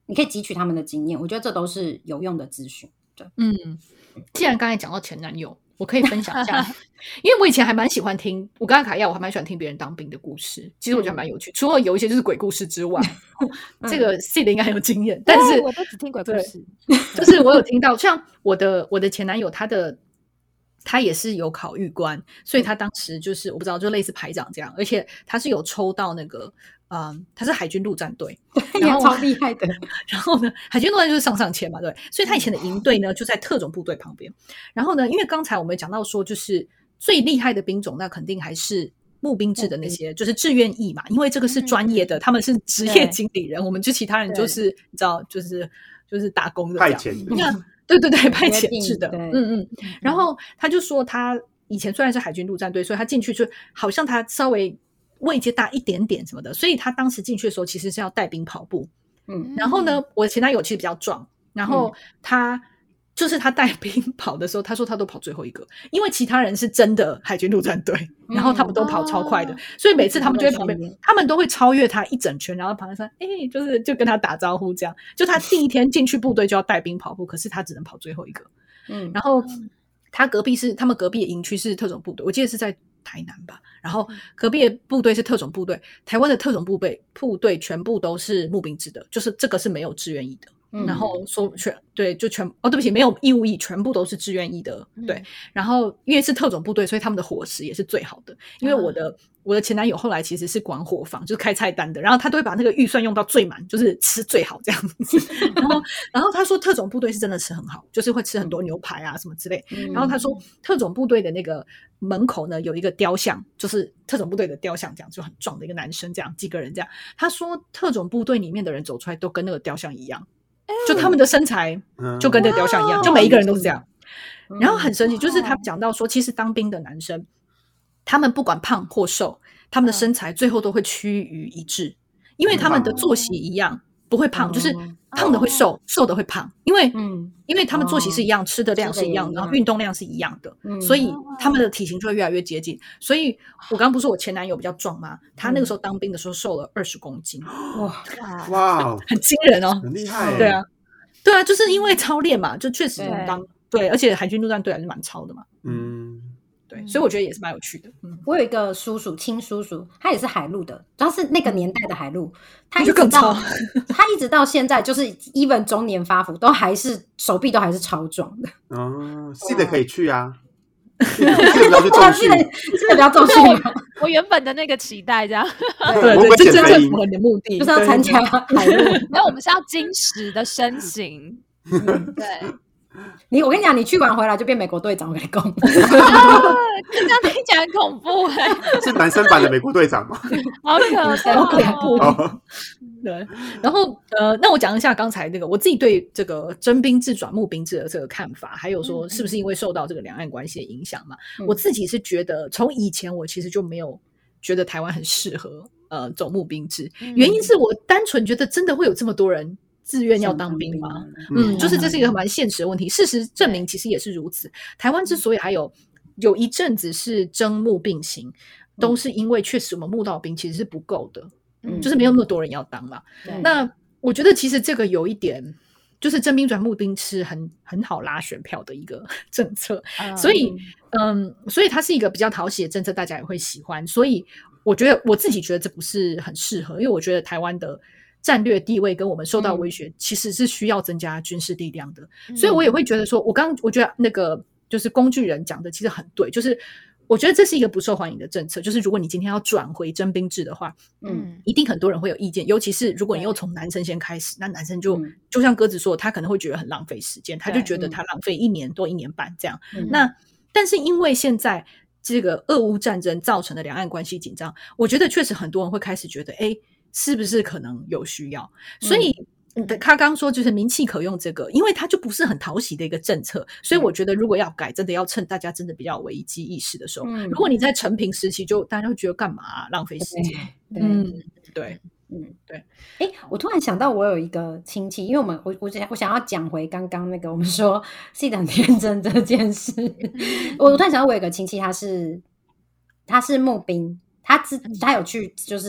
你可以汲取他们的经验，我觉得这都是有用的资讯。对， 嗯，既然刚才讲到前男友，我可以分享一下，因为我以前还蛮喜欢听，我刚刚卡亚，我还蛮喜欢听别人当兵的故事，其实我觉得蛮有趣。嗯、除了有一些就是鬼故事之外，嗯、这个 C 的应该很有经验，但是我都只听鬼故事， 就是我有听到，像我的我的前男友，他的他也是有考预官，所以他当时就是我不知道，就类似排长这样，而且他是有抽到那个。嗯，他是海军陆战队， 然后超厉害的。 然后呢，海军陆战队就是上上签嘛，对，所以他以前的营队呢就在特种部队旁边。然后呢，因为刚才我们讲到说，就是最厉害的兵种，那肯定还是募兵制的那些，就是志愿役嘛，因为这个是专业的，他们是职业经理人，我们就其他人就是你知道，就是就是打工的这样。 派遣那对对对，派遣制的，嗯嗯。然后他就说，他以前虽然是海军陆战队，所以他进去就好像他稍微。位阶大一点点什么的，所以他当时进去的时候其实是要带兵跑步。嗯，然后呢，我前男友其实比较壮，然后他、嗯、就是他带兵跑的时候，他说他都跑最后一个，因为其他人是真的海军陆战队，然后他们都跑超快的，嗯、所以每次他们就会旁边，他们都会超越他一整圈，然后旁边说，哎、欸，就是就跟他打招呼这样。就他第一天进去部队就要带兵跑步，可是他只能跑最后一个。嗯，然后他隔壁是他们隔壁的营区是特种部队，我记得是在台南吧，然后隔壁的部队是特种部队，台湾的特种部队部队全部都是募兵制的，就是这个是没有志愿役的，嗯、然后说全对就全哦对不起没有义务役，全部都是志愿役的，对，嗯、然后因为是特种部队，所以他们的伙食也是最好的，因为我的。嗯我的前男友后来其实是管伙房，就是开菜单的，然后他都会把那个预算用到最满，就是吃最好这样子。然后，然后他说特种部队是真的吃很好，就是会吃很多牛排啊什么之类。嗯、然后他说特种部队的那个门口呢有一个雕像，就是特种部队的雕像，这样就很壮的一个男生，这样几个人这样。他说特种部队里面的人走出来都跟那个雕像一样，就他们的身材就跟那个雕像一样，就每一个人都是这样。然后很神奇，就是他讲到说，其实当兵的男生。他们不管胖或瘦，他们的身材最后都会趋于一致，因为他们的作息一样，不会胖，就是胖的会瘦，瘦的会胖，因为因为他们作息是一样，吃的量是一样，然后运动量是一样的，所以他们的体型就会越来越接近。所以我刚刚不是说我前男友比较壮吗？他那个时候当兵的时候瘦了二十公斤，哇哇， 很惊人哦， 很厉害， 对啊，对啊，就是因为操练嘛，就确实当对，而且海军陆战队还是蛮操的嘛，嗯。对，所以我觉得也是蛮有趣的。嗯， 我有一个叔叔，亲叔叔，他也是海陆的，主要是那个年代的海陆，他一直到他一直到现在，就是 even 中年发福，都还是手臂都还是超壮的。 哦，记得可以去啊，记得不要去重训， 记得不要重训。 我原本的那个期待这样， 对对，这真正符合你的目的， 就是要参加海陆。 那我们是要精实的身形，对。 你我跟你讲，你去完回来就变美国队长，我跟你讲，啊、 这样听起来很恐怖哎、欸。 是男生版的美国队长吗？ 好可怕， 好恐怖。哦、对，然后呃，那我讲一下刚才那个我自己对这个征兵制转募兵制的这个看法，还有说是不是因为受到这个两岸关系的影响嘛？嗯、我自己是觉得，从以前我其实就没有觉得台湾很适合呃走募兵制，嗯、原因是我单纯觉得真的会有这么多人。自愿要当兵吗？嗯，就是这是一个蛮现实的问题。事实证明，其实也是如此。台湾之所以还有有一阵子是征募并行，都是因为确实我们募到兵其实是不够的，嗯，就是没有那么多人要当嘛。那我觉得其实这个有一点，就是征兵转募兵是很很好拉选票的一个政策，所以嗯，所以它是一个比较讨喜的政策，大家也会喜欢。所以我觉得我自己觉得这不是很适合，因为我觉得台湾的。战略地位跟我们受到威胁，其实是需要增加军事力量的，嗯、所以我也会觉得说，我刚我觉得那个就是工具人讲的其实很对，就是我觉得这是一个不受欢迎的政策，就是如果你今天要转回征兵制的话，嗯，一定很多人会有意见，尤其是如果你又从男生先开始，那男生就、嗯、就像鸽子说，他可能会觉得很浪费时间，他就觉得他浪费一年多一年半这样。嗯、那但是因为现在这个俄乌战争造成的两岸关系紧张，我觉得确实很多人会开始觉得，哎。是不是可能有需要？所以、嗯、他刚说就是民气可用这个，因为它就不是很讨喜的一个政策，所以我觉得如果要改，真的要趁大家真的比较有危机意识的时候。嗯、如果你在成平时期就，就大家会觉得干嘛、啊、浪费时间？嗯，对，嗯，对。 哎，我突然想到，我有一个亲戚，因为我们我我我想要讲回刚刚那个我们说是很天真这件事。我突然想到，我有一个亲戚，他是他是募兵，他自他有去就是。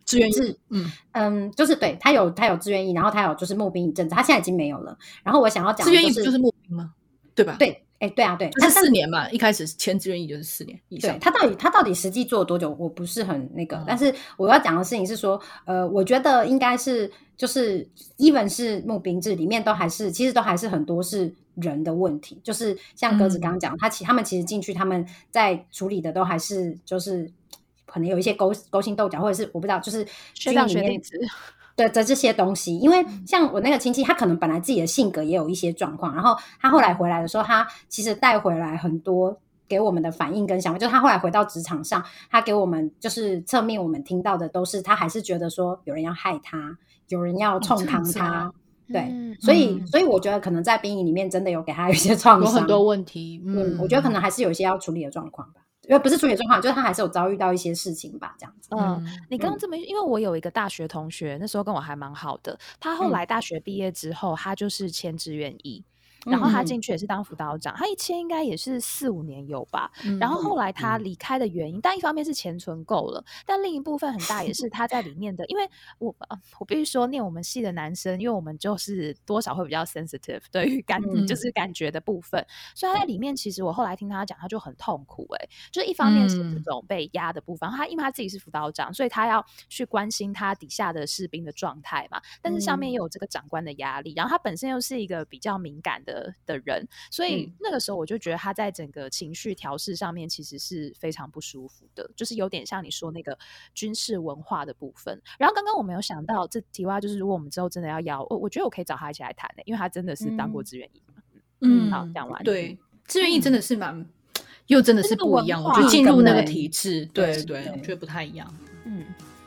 志愿役， 嗯嗯，就是对他有他有志愿役，然后他有就是募兵一阵子，他现在已经没有了。然后我想要讲、就是， 志愿役不就是募兵吗？对吧？ 对，哎，对啊，对， 就是四年嘛，一开始签志愿役就是四年以上。 对，他到底他到底实际做多久，我不是很那个、嗯，但是我要讲的事情是说，呃，我觉得应该是就是 even 是募兵制里面都还是其实都还是很多是人的问题，就是像鸽子刚刚讲，嗯、他其他们其实进去他们在处理的都还是就是可能有一些勾勾心斗角，或者是我不知道，就是学长学弟制。 对的这些东西，因为像我那个亲戚，他可能本来自己的性格也有一些状况，然后他后来回来的时候，他其实带回来很多给我们的反应跟想法，就是他后来回到职场上，他给我们就是侧面我们听到的都是他还是觉得说有人要害他，有人要冲康他。哦对、嗯，所以、嗯，所以我觉得可能在兵营里面真的有给他有一些创伤， 有很多问题。 嗯，嗯我觉得可能还是有一些要处理的状况吧。因为不是处理状况，就是他还是有遭遇到一些事情吧，这样子。 嗯，你刚刚这么，因为我有一个大学同学，那时候跟我还蛮好的，他后来大学毕业之后，他就是签志愿役。然后他进去也是当辅导长，他一签应该也是四五年有吧。然后后来他离开的原因，但一方面是钱存够了，但另一部分很大也是他在里面的，因为我我必须说，念我们系的男生，因为我们就是多少会比较 sensitive 对于感、嗯、就是感觉的部分，所以他在里面其实我后来听他讲，他就很痛苦哎、欸，就是一方面是这种被压的部分，他因为他自己是辅导长，所以他要去关心他底下的士兵的状态嘛，但是上面也有这个长官的压力，然后他本身又是一个比较敏感的的, 的人，所以那个时候我就觉得他在整个情绪调试上面其实是非常不舒服的，就是有点像你说那个军事文化的部分。然后刚刚我没有想到，这题外就是如果我们之后真的要邀，我我觉得我可以找他一起来谈的、欸，因为他真的是当过志愿役嘛。嗯，好，讲完。 对，志愿役真的是蛮、嗯、又真的是不一样，我觉得进入那个体制，对 对, 对, 对，我觉得不太一样。嗯。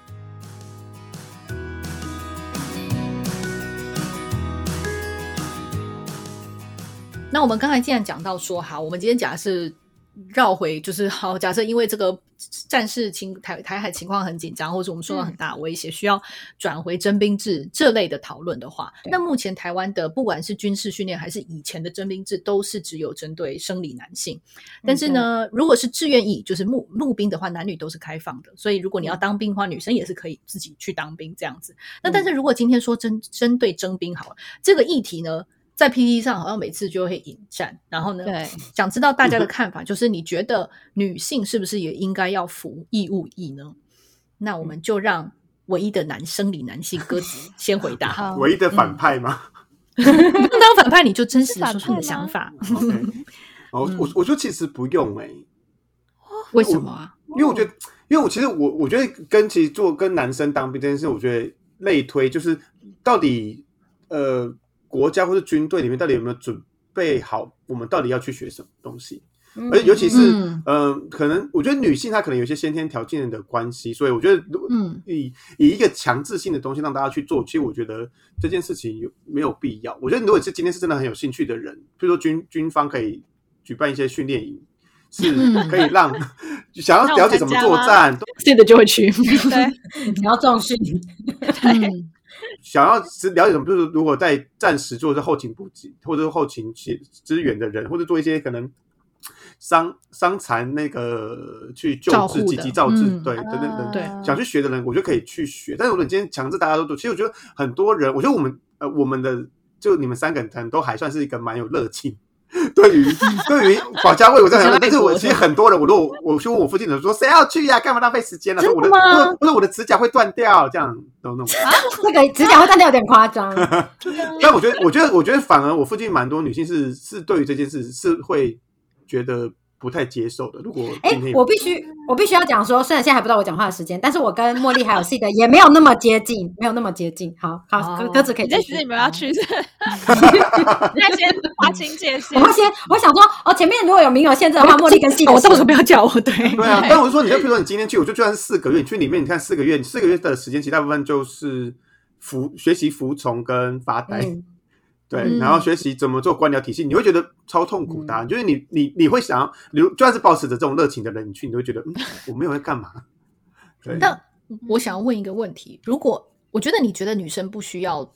那我们刚才既然讲到说，好，我们今天讲的是绕回，就是好，假设因为这个战事情台台海情况很紧张，或者我们受到很大的威胁、嗯，需要转回征兵制这类的讨论的话，那目前台湾的不管是军事训练还是以前的征兵制，都是只有针对生理男性。但是呢，嗯、如果是志愿役，就是募募兵的话，男女都是开放的，所以如果你要当兵的话，女生也是可以自己去当兵这样子。那但是如果今天说针针对征兵好了，这个议题呢？在 P T 上好像每次就会引战，然后呢，想知道大家的看法，就是你觉得女性是不是也应该要服义务役呢？那我们就让唯一的男生理男性鸽子先回答。 唯一的反派吗？ 嗯、当反派你就真实的说出你的想法。 okay. 哦，我我觉得其实不用哎、欸， 为什么啊？ 因为我觉得，因为我其实我我觉得跟其实做跟男生当兵这件事，我觉得类推就是到底呃。国家或是军队里面到底有没有准备好我们到底要去学什么东西、嗯、而且尤其是、嗯呃、可能我觉得女性她可能有一些先天条件的关系，所以我觉得嗯以以一个强制性的东西让大家去做，其实我觉得这件事情有没有必要。我觉得如果是今天是真的很有兴趣的人，比如说军军方可以举办一些训练营，是可以让想要了解怎么作战现在就会去对你要重训对想要了解什么，就是如果在战时做是后勤补给或者是后勤支援的人，或者做一些可能伤伤残那个去救治、紧急照治，嗯、对等等等，对想去学的人，我觉得可以去学。但是如果你今天强制大家都做，其实我觉得很多人，我觉得我们呃我们的就你们三个人都还算是一个蛮有热情。对于对于保家卫国这样，但是我其实很多人，我都我去问我附近的人说，谁要去呀、啊？干嘛浪费时间了、啊？我的不是我的指甲会断掉，这样都弄。 啊，那个指甲会断掉有点夸张。 但我觉得，我觉得，我觉得反而我附近蛮多女性是是对于这件事是会觉得不太接受的。如果今天、 欸、我必须我必须要讲说，虽然现在还不到我讲话的时间，但是我跟茉莉还有 C 的也没有那么接近，没有那么接近。好好，鸽、哦、子可以继续。 其实你们要去是，那先划清界限。 我先，我想说，哦，前面如果有名额限制的话，茉莉跟 C 的， 我到时候不要叫我。对对啊，但我是说，你就比如说你今天去，我就就算是四个月，你去里面，你看四个月，四个月的时间，其实大部分就是服学习服从跟发呆。嗯对、嗯，然后学习怎么做官僚体系，你会觉得超痛苦的、啊嗯。就是你你你会想要，你就算是抱持着这种热情的人，你去，你会觉得，嗯，我没有在干嘛。对。 但我想要问一个问题：如果我觉得你觉得女生不需要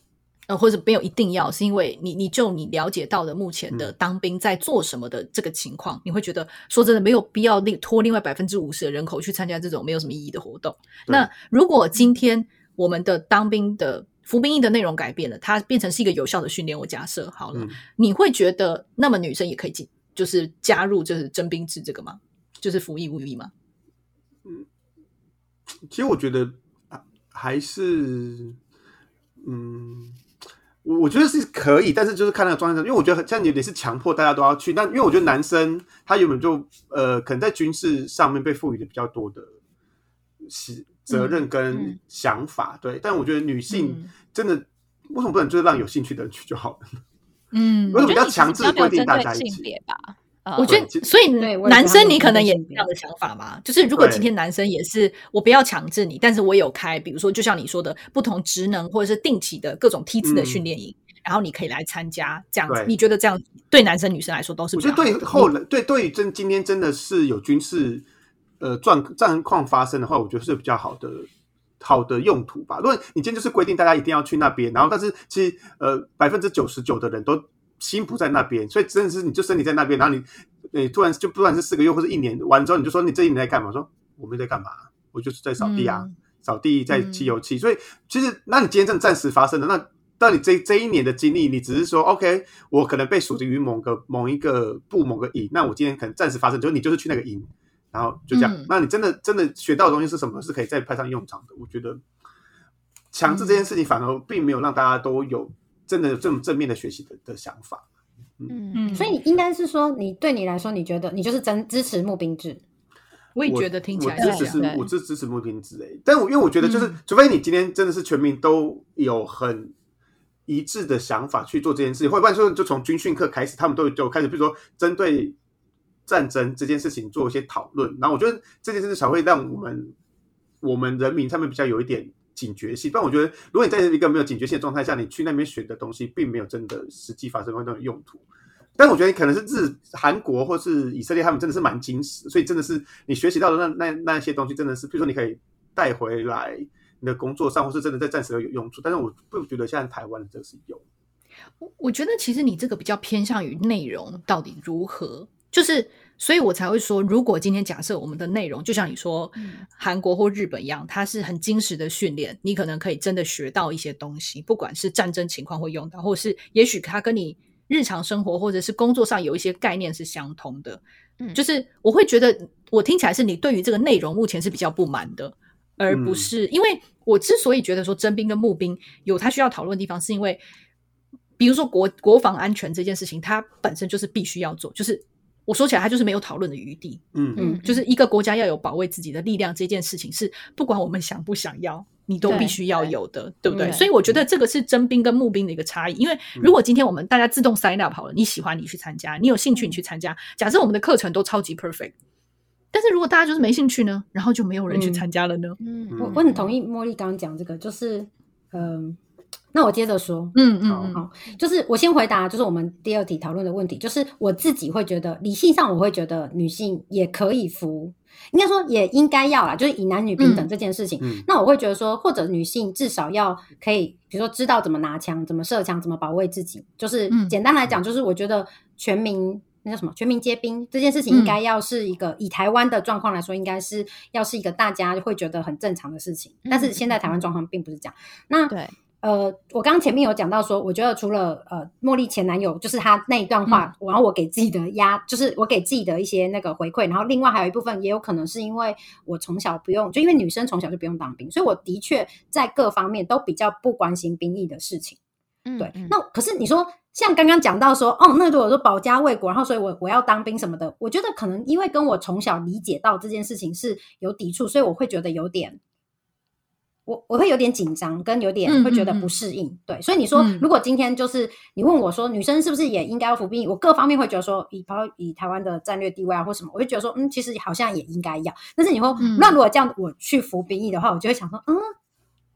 呃，或者没有一定要，是因为你你就你了解到的目前的当兵在做什么的这个情况，嗯、你会觉得说真的没有必要另拖另外百分之五十的人口去参加这种没有什么意义的活动。那如果今天我们的当兵的服兵役的内容改变了，它变成是一个有效的训练，我假设好了，嗯、你会觉得那么女生也可以进，就是加入就是征兵制这个吗？就是服役务役吗？ 嗯，其实我觉得还是嗯。我我觉得是可以，但是就是看那个状态，因为我觉得像有点是强迫大家都要去。但因为我觉得男生他原本就呃，可能在军事上面被赋予的比较多的责任跟想法，嗯、对。但我觉得女性真的、嗯、为什么不能就是让有兴趣的人去就好了？ 嗯， 为什么要强制规定大家一起？ 我觉得，所以男生你可能也是这样的想法嘛，就是如果今天男生也是我不要强制你，但是我有开，比如说就像你说的不同职能或者是定期的各种梯次的训练营，嗯、然后你可以来参加这样子，你觉得这样对男生女生来说都是比较好的？ 我觉得对后来对对于真今天真的是有军事呃状战况发生的话，我觉得是比较好的好的用途吧。如果你今天就是规定大家一定要去那边，然后但是其实呃百分之九十九的人都心不在那边，所以真的是你就身体在那边，然后你你突然就不管是四个月或是一年完之后，你就说你这一年在干嘛？我说我没在干嘛，我就是在扫地啊，嗯、扫地在漆油漆。嗯、所以其实，那你今天真的暂时发生的，那到你这这一年的经历，你只是说 OK， 我可能被属于某个某一个部某个营，那我今天可能暂时发生，就是你就是去那个营，然后就这样。嗯、那你真的真的学到的东西是什么？是可以再派上用场的。我觉得强制这件事情反而并没有让大家都有。真的有这种正面的学习 的, 的想法， 嗯嗯，所以应该是说，你对你来说，你觉得你就是真支持募兵制？ 我也觉得听起来我支持，我支支持募兵制诶。但我因为我觉得就是，嗯、除非你今天真的是全民都有很一致的想法去做这件事情，或者不然说就从军训课开始，他们都就开始，比如说针对战争这件事情做一些讨论，然后我觉得这件事情才会让我们我们人民上面比较有一点。警觉性，不然我觉得，如果你在一个没有警觉性的状态下，你去那边学的东西，并没有真的实际发生那种用途。但我觉得可能是日、韩国或是以色列，他们真的是蛮精实，所以真的是你学习到的那那那些东西，真的是，比如说你可以带回来你的工作上，或是真的在战时有用处。但是我不觉得现在台湾的这个是有。 我觉得其实你这个比较偏向于内容到底如何，就是。所以我才会说，如果今天假设我们的内容就像你说、嗯、韩国或日本一样，它是很精实的训练，你可能可以真的学到一些东西，不管是战争情况会用到，或是也许它跟你日常生活或者是工作上有一些概念是相通的、嗯、就是我会觉得我听起来是你对于这个内容目前是比较不满的，而不是、嗯、因为我之所以觉得说征兵跟募兵有它需要讨论的地方，是因为比如说国国防安全这件事情，它本身就是必须要做，就是我说起来它就是没有讨论的余地，嗯嗯，就是一个国家要有保卫自己的力量这件事情是不管我们想不想要你都必须要有的， 对, 对不对、嗯、所以我觉得这个是征兵跟募兵的一个差异。因为如果今天我们大家自动 sign up 好了，你喜欢你去参加，你有兴趣你去参加，假设我们的课程都超级 perfect， 但是如果大家就是没兴趣呢，然后就没有人去参加了呢。 嗯，我我很同意茉莉刚刚讲这个，就是嗯。那我接着说， 嗯嗯嗯， 好，就是我先回答，就是我们第二题讨论的问题，就是我自己会觉得，理性上我会觉得女性也可以服，应该说也应该要啦，就是以男女平等这件事情，嗯、那我会觉得说，或者女性至少要可以，比如说知道怎么拿枪、怎么射枪、怎么保卫自己，就是简单来讲，就是我觉得全民。那叫什么全民皆兵这件事情应该要是一个、嗯、以台湾的状况来说应该是要是一个大家会觉得很正常的事情、嗯、但是现在台湾状况并不是这样。那对呃，我刚刚前面有讲到说，我觉得除了呃茉莉前男友就是他那一段话、嗯、然后我给自己的压就是我给自己的一些那个回馈，然后另外还有一部分也有可能是因为我从小不用就因为女生从小就不用当兵，所以我的确在各方面都比较不关心兵役的事情。嗯，对。那可是你说像刚刚讲到说哦，那如果说保家卫国然后所以我我要当兵什么的，我觉得可能因为跟我从小理解到这件事情是有抵触，所以我会觉得有点我我会有点紧张跟有点会觉得不适应、嗯嗯嗯、对。所以你说、嗯、如果今天就是你问我说女生是不是也应该要服兵役，我各方面会觉得说以包括以台湾的战略地位啊或什么，我会觉得说嗯其实好像也应该要。但是你说、嗯、那如果这样我去服兵役的话，我就会想说嗯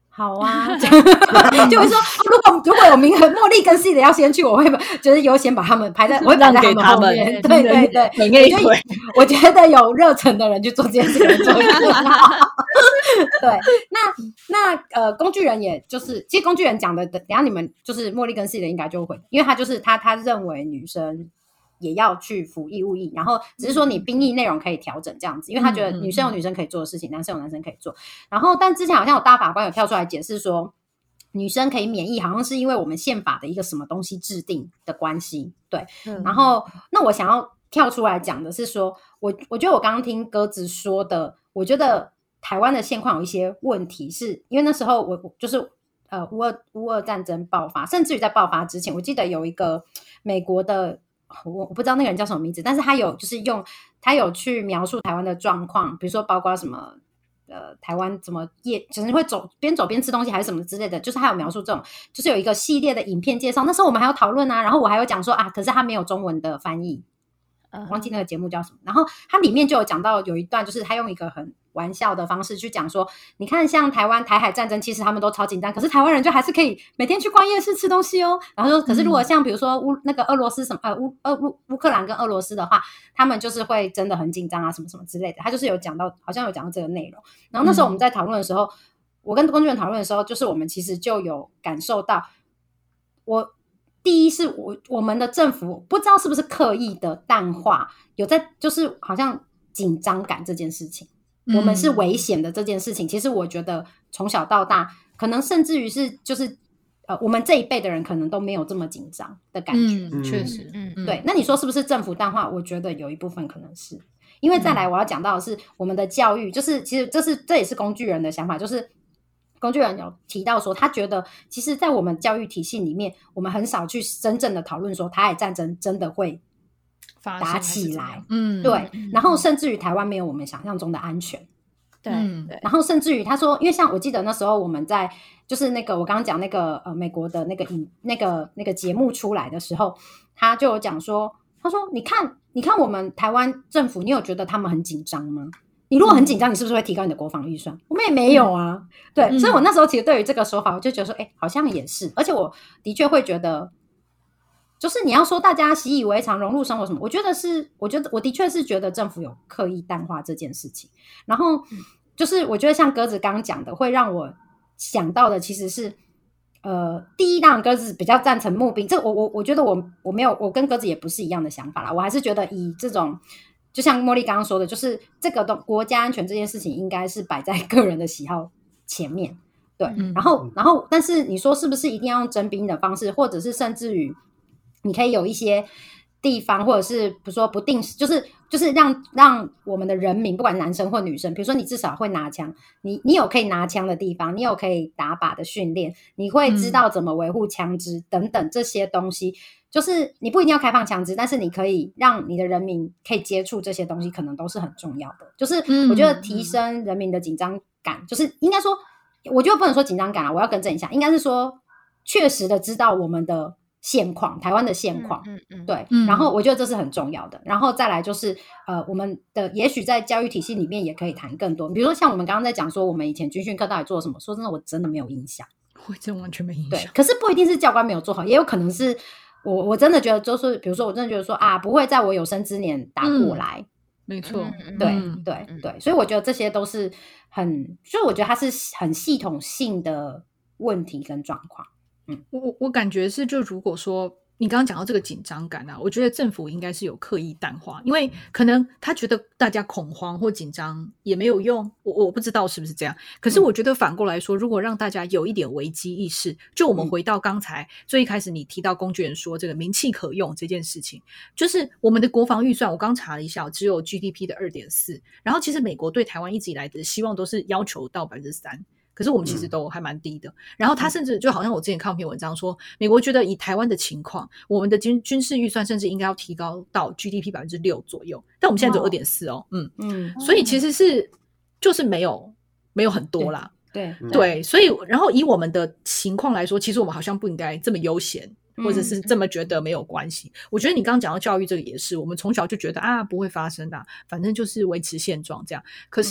好啊，就会说，如果如果有名额，茉莉跟 C 的要先去，我会就是优先把他们排在，我会排在他们后面。对对对， 你那一腿， 我觉得有热忱的人去做这件事情做得更好。对，那那呃，工具人也就是，其实工具人讲的，等一下你们就是茉莉跟 C 的应该就会，因为他就是他他认为女生也要去服义务役，然后只是说你兵役内容可以调整这样子，因为他觉得女生有女生可以做的事情，男生有男生可以做。然后但之前好像有大法官有跳出来解释说，女生可以免役，好像是因为我们宪法的一个什么东西制定的关系。对，嗯、然后那我想要跳出来讲的是说，我我觉得我刚刚听鸽子说的，我觉得台湾的现况有一些问题是，是因为那时候我就是呃乌俄乌俄战争爆发，甚至于在爆发之前，我记得有一个美国的。我我不知道那个人叫什么名字，但是他有就是用他有去描述台湾的状况，比如说包括什么呃台湾怎么夜就是会走边走边吃东西还是什么之类的，就是他有描述这种，就是有一个系列的影片介绍。那时候我们还有讨论啊，然后我还有讲说啊，可是他没有中文的翻译，呃，忘记那个节目叫什么。然后他里面就有讲到有一段，就是他用一个很玩笑的方式去讲说，你看像台湾台海战争，其实他们都超紧张，可是台湾人就还是可以每天去逛夜市吃东西哦。然后说，可是如果像比如说乌那个俄罗斯什么呃乌呃乌乌克兰跟俄罗斯的话，他们就是会真的很紧张啊，什么什么之类的。他就是有讲到，好像有讲到这个内容。然后那时候我们在讨论的时候，嗯、我跟工具人讨论的时候，就是我们其实就有感受到，我第一是我我们的政府不知道是不是刻意的淡化，有在就是好像紧张感这件事情。我们是危险的这件事情，其实我觉得从小到大，可能甚至于是就是呃，我们这一辈的人可能都没有这么紧张的感觉。 嗯，确实， 嗯，对。那你说是不是政府淡化？我觉得有一部分可能是，因为再来我要讲到的是我们的教育，就是其实这是这也是工具人的想法，就是工具人有提到说，他觉得其实，在我们教育体系里面，我们很少去真正的讨论说台海战争真的会打起来，嗯，对，然后甚至于台湾没有我们想象中的安全， 对， 嗯、对，然后甚至于他说，因为像我记得那时候我们在就是那个我刚刚讲那个呃美国的那个影那个那个节目出来的时候，他就有讲说，他说你看你看我们台湾政府，你有觉得他们很紧张吗？你如果很紧张，你是不是会提高你的国防预算？我们也没有啊，嗯、对，嗯、所以我那时候其实对于这个说法，我就觉得说，哎，好像也是，而且我的确会觉得。就是你要说大家习以为常融入生活什么，我觉得是，我觉得我的确是觉得政府有刻意淡化这件事情。然后就是我觉得像鸽子刚刚讲的，会让我想到的其实是，呃，第一当然鸽子比较赞成募兵，这我我我觉得我我没有我跟鸽子也不是一样的想法啦，我还是觉得以这种就像茉莉刚刚说的，就是这个国家安全这件事情应该是摆在个人的喜好前面，对，嗯、然后然后但是你说是不是一定要用征兵的方式，或者是甚至于你可以有一些地方，或者是比如说不定时，就是就是让让我们的人民，不管男生或女生，比如说你至少会拿枪，你你有可以拿枪的地方，你有可以打靶的训练，你会知道怎么维护枪支、嗯、等等这些东西，就是你不一定要开放枪支，但是你可以让你的人民可以接触这些东西，可能都是很重要的。就是我觉得提升人民的紧张感，嗯、就是应该说，我觉得不能说紧张感啊，我要更正一下，应该是说确实的知道我们的现况，台湾的现况，嗯嗯，对，嗯、然后我觉得这是很重要的。然后再来就是，呃，我们的也许在教育体系里面也可以谈更多，比如说像我们刚刚在讲说，我们以前军训课到底做了什么？说真的，我真的没有印象， 我真完全没印象。 对，可是不一定是教官没有做好，也有可能是我我真的觉得，就是比如说，我真的觉得说啊，不会在我有生之年打过来， 嗯、没错， 嗯、对、嗯、对对，所以我觉得这些都是很，所以我觉得它是很系统性的问题跟状况。 我我感觉是，就如果说你刚刚讲到这个紧张感啊，我觉得政府应该是有刻意淡化，因为可能他觉得大家恐慌或紧张也没有用，我我不知道是不是这样。可是我觉得反过来说，如果让大家有一点危机意识，就我们回到刚才最一开始你提到工具人说这个名气可用这件事情，就是我们的国防预算，我刚查了一下，只有 G D P 的 二点四， 然后其实美国对台湾一直以来的希望都是要求到 百分之三。可是我们其实都还蛮低的、嗯、然后他甚至就好像我之前看一篇文章说，美国觉得以台湾的情况，我们的军军事预算甚至应该要提高到 G D P 百分之六 左右，但我们现在只有 二点四 哦，嗯嗯，所以其实是就是没有没有很多啦， 对对, 对，所以然后以我们的情况来说，其实我们好像不应该这么悠闲，或者是这么觉得没有关系、嗯、我觉得你刚刚讲到教育这个也是，我们从小就觉得啊不会发生的、啊、反正就是维持现状这样，可是、嗯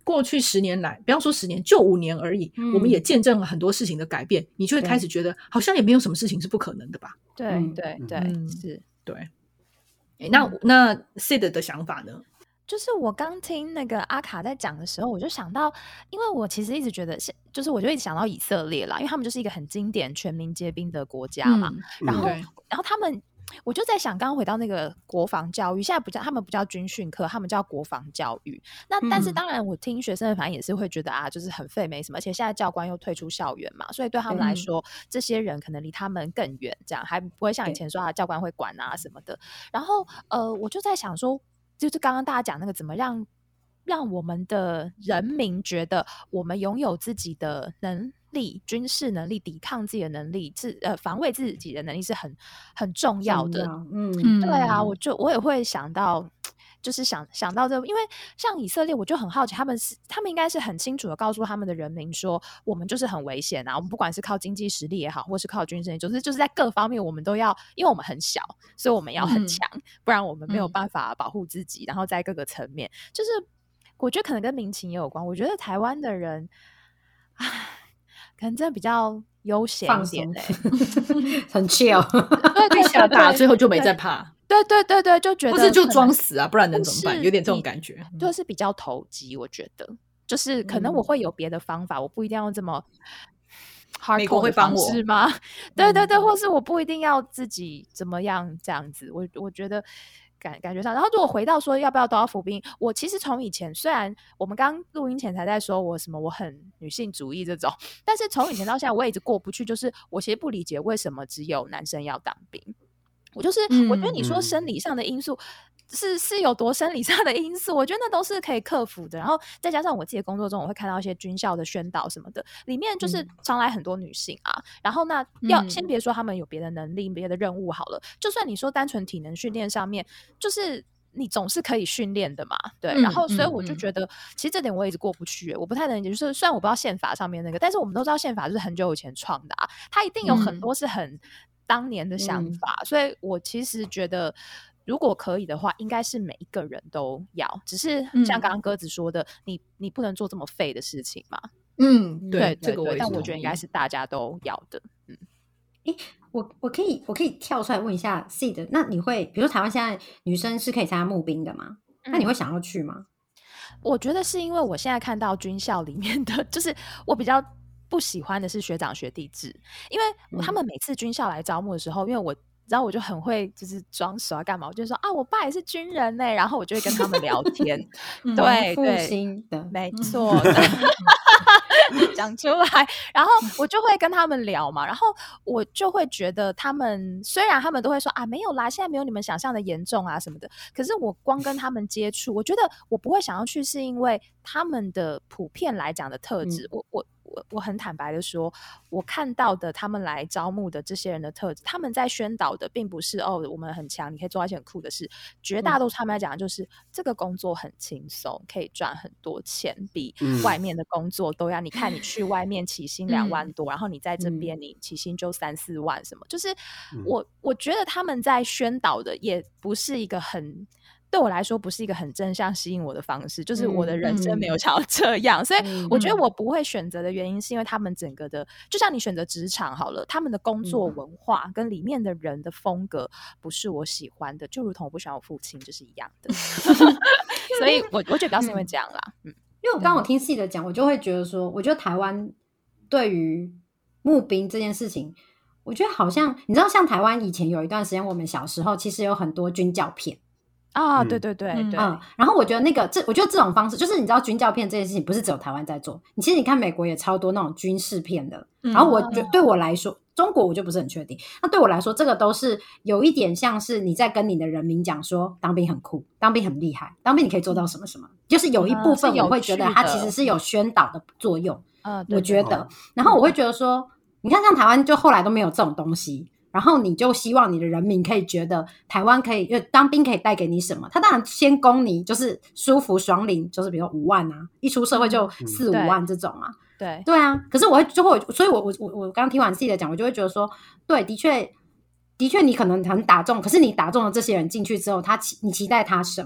过去十年来，不要说十年，就五年而已， 嗯我们也见证了很多事情的改变，你就会开始觉得好像也没有什么事情是不可能的吧？ 对嗯对对， 嗯是。 对。诶那那 Sid 的想法呢？ 就是我刚听那个阿卡在讲的时候，我就想到，因为我其实一直觉得是，就是我就一直想到以色列啦，因为他们就是一个很经典全民皆兵的国家嘛。 嗯然后， 对然后他们，我就在想，刚刚回到那个国防教育，现在不叫他们不叫军训课，他们叫国防教育。那但是嗯当然，我听学生的反应也是会觉得啊，就是很废没什么，而且现在教官又退出校园嘛，所以对他们来说，这些人可能离他们更远，这样还不会像以前说啊，教官会管啊什么的。然后呃，我就在想说。就是刚刚大家讲那个怎么让让我们的人民觉得我们拥有自己的能力，军事能力，抵抗自己的能力，自呃防卫自己的能力是很很重要的。 嗯嗯对啊，我就我也会想到。就是想想到这个，因为像以色列，我就很好奇，他们是他们应该是很清楚的告诉他们的人民说，我们就是很危险啊，我们不管是靠经济实力也好，或是靠军事力，就是就是在各方面我们都要，因为我们很小，所以我们要很强，嗯、不然我们没有办法保护自己。然后在各个层面，就是我觉得可能跟民情也有关。我觉得台湾的人，唉，可能真的比较悠闲一点、欸， 很 chill， 对对， 吓大，最后就没再怕。 对对对对，就觉得不是就装死啊，不然能怎么办？有点这种感觉， 就是比较投机。我觉得，就是可能我会有别的方法，嗯、我不一定要这么 hardcore 美国会帮我是吗？对对对，或是我不一定要自己怎么样这样子。我我觉得感感觉上，然后如果回到说要不要都要服兵，我其实从以前虽然我们刚录音前才在说我什么我很女性主义这种，但是从以前到现在我也一直过不去，就是我其实不理解为什么只有男生要当兵。我就是，我觉得你说生理上的因素、嗯、是是有多生理上的因素，我觉得那都是可以克服的。然后再加上我自己的工作中，我会看到一些军校的宣导什么的，里面就是常来很多女性啊。嗯、然后那要先别说他们有别的能力、别的任务好了，就算你说单纯体能训练上面，就是你总是可以训练的嘛，对。嗯、然后所以我就觉得，嗯、其实这点我也一直过不去，我不太能理解。就是虽然我不知道宪法上面那个，但是我们都知道宪法就是很久以前创的啊，它一定有很多是很。当年的想法、嗯、所以我其实觉得如果可以的话应该是每一个人都要，只是像刚刚鸽子说的、嗯、你你不能做这么废的事情嘛。 嗯，对， 对， 这个我也但我觉得应该是大家都要的。嗯， 诶，我我可以我可以跳出来问一下 Sid， 那你会比如说台湾现在女生是可以参加募兵的吗？那你会想要去吗？ 我觉得是因为我现在看到军校里面的就是我比较不喜欢的是学长学弟制，因为他们每次军校来招募的时候，因为我然后我就很会就是装熟啊干嘛，我就说啊我爸也是军人呢、欸，然后我就会跟他们聊天。 嗯、 对复兴的没错。讲出来，然后我就会跟他们聊嘛，然后我就会觉得他们虽然他们都会说啊没有啦，现在没有你们想象的严重啊什么的，可是我光跟他们接触，我觉得我不会想要去，是因为他们的普遍来讲的特质，嗯、我我我我很坦白的说，我看到的他们来招募的这些人的特质，他们在宣导的并不是哦我们很强，你可以做到一些很酷的事，绝大多数他们来讲的就是、嗯、这个工作很轻松，可以赚很多钱，比外面的工作都要。你看你去外面起薪两万多、嗯、然后你在这边你起薪就三四万什么，就是我、嗯、我觉得他们在宣导的也不是一个很对我来说不是一个很正向吸引我的方式，就是我的人生没有想要这样、嗯、所以我觉得我不会选择的原因是因为他们整个的就像你选择职场好了，他们的工作文化跟里面的人的风格不是我喜欢的，就如同我不喜欢我父亲就是一样的。所以我我觉得不要是因为这样啦。嗯， 因为我刚刚我听细的讲，我就会觉得说我觉得台湾对于募兵这件事情，我觉得好像你知道像台湾以前有一段时间我们小时候其实有很多军教片啊，对对对对、 嗯，然后我觉得那个这，我觉得这种方式，就是你知道军教片这件事情不是只有台湾在做，你其实你看美国也超多那种军事片的，然后我觉得对我来说，中国我就不是很确定，那对我来说，这个都是有一点像是你在跟你的人民讲说，当兵很酷，当兵很厉害，当兵你可以做到什么什么，就是有一部分我会觉得它其实是有宣导的作用， 嗯， 我觉得，然后我会觉得说，你看像台湾就后来都没有这种东西。然后你就希望你的人民可以觉得台湾可以，因为当兵可以带给你什么？他当然先供你就是舒服爽领，就是比如说五万啊，一出社会就四、嗯、五万这种啊。 对对啊，可是我会就会，所以我我我我刚刚听完自己的讲，我就会觉得说，对，的确的确你可能很打中，可是你打中了这些人进去之后，他期你期待他什么？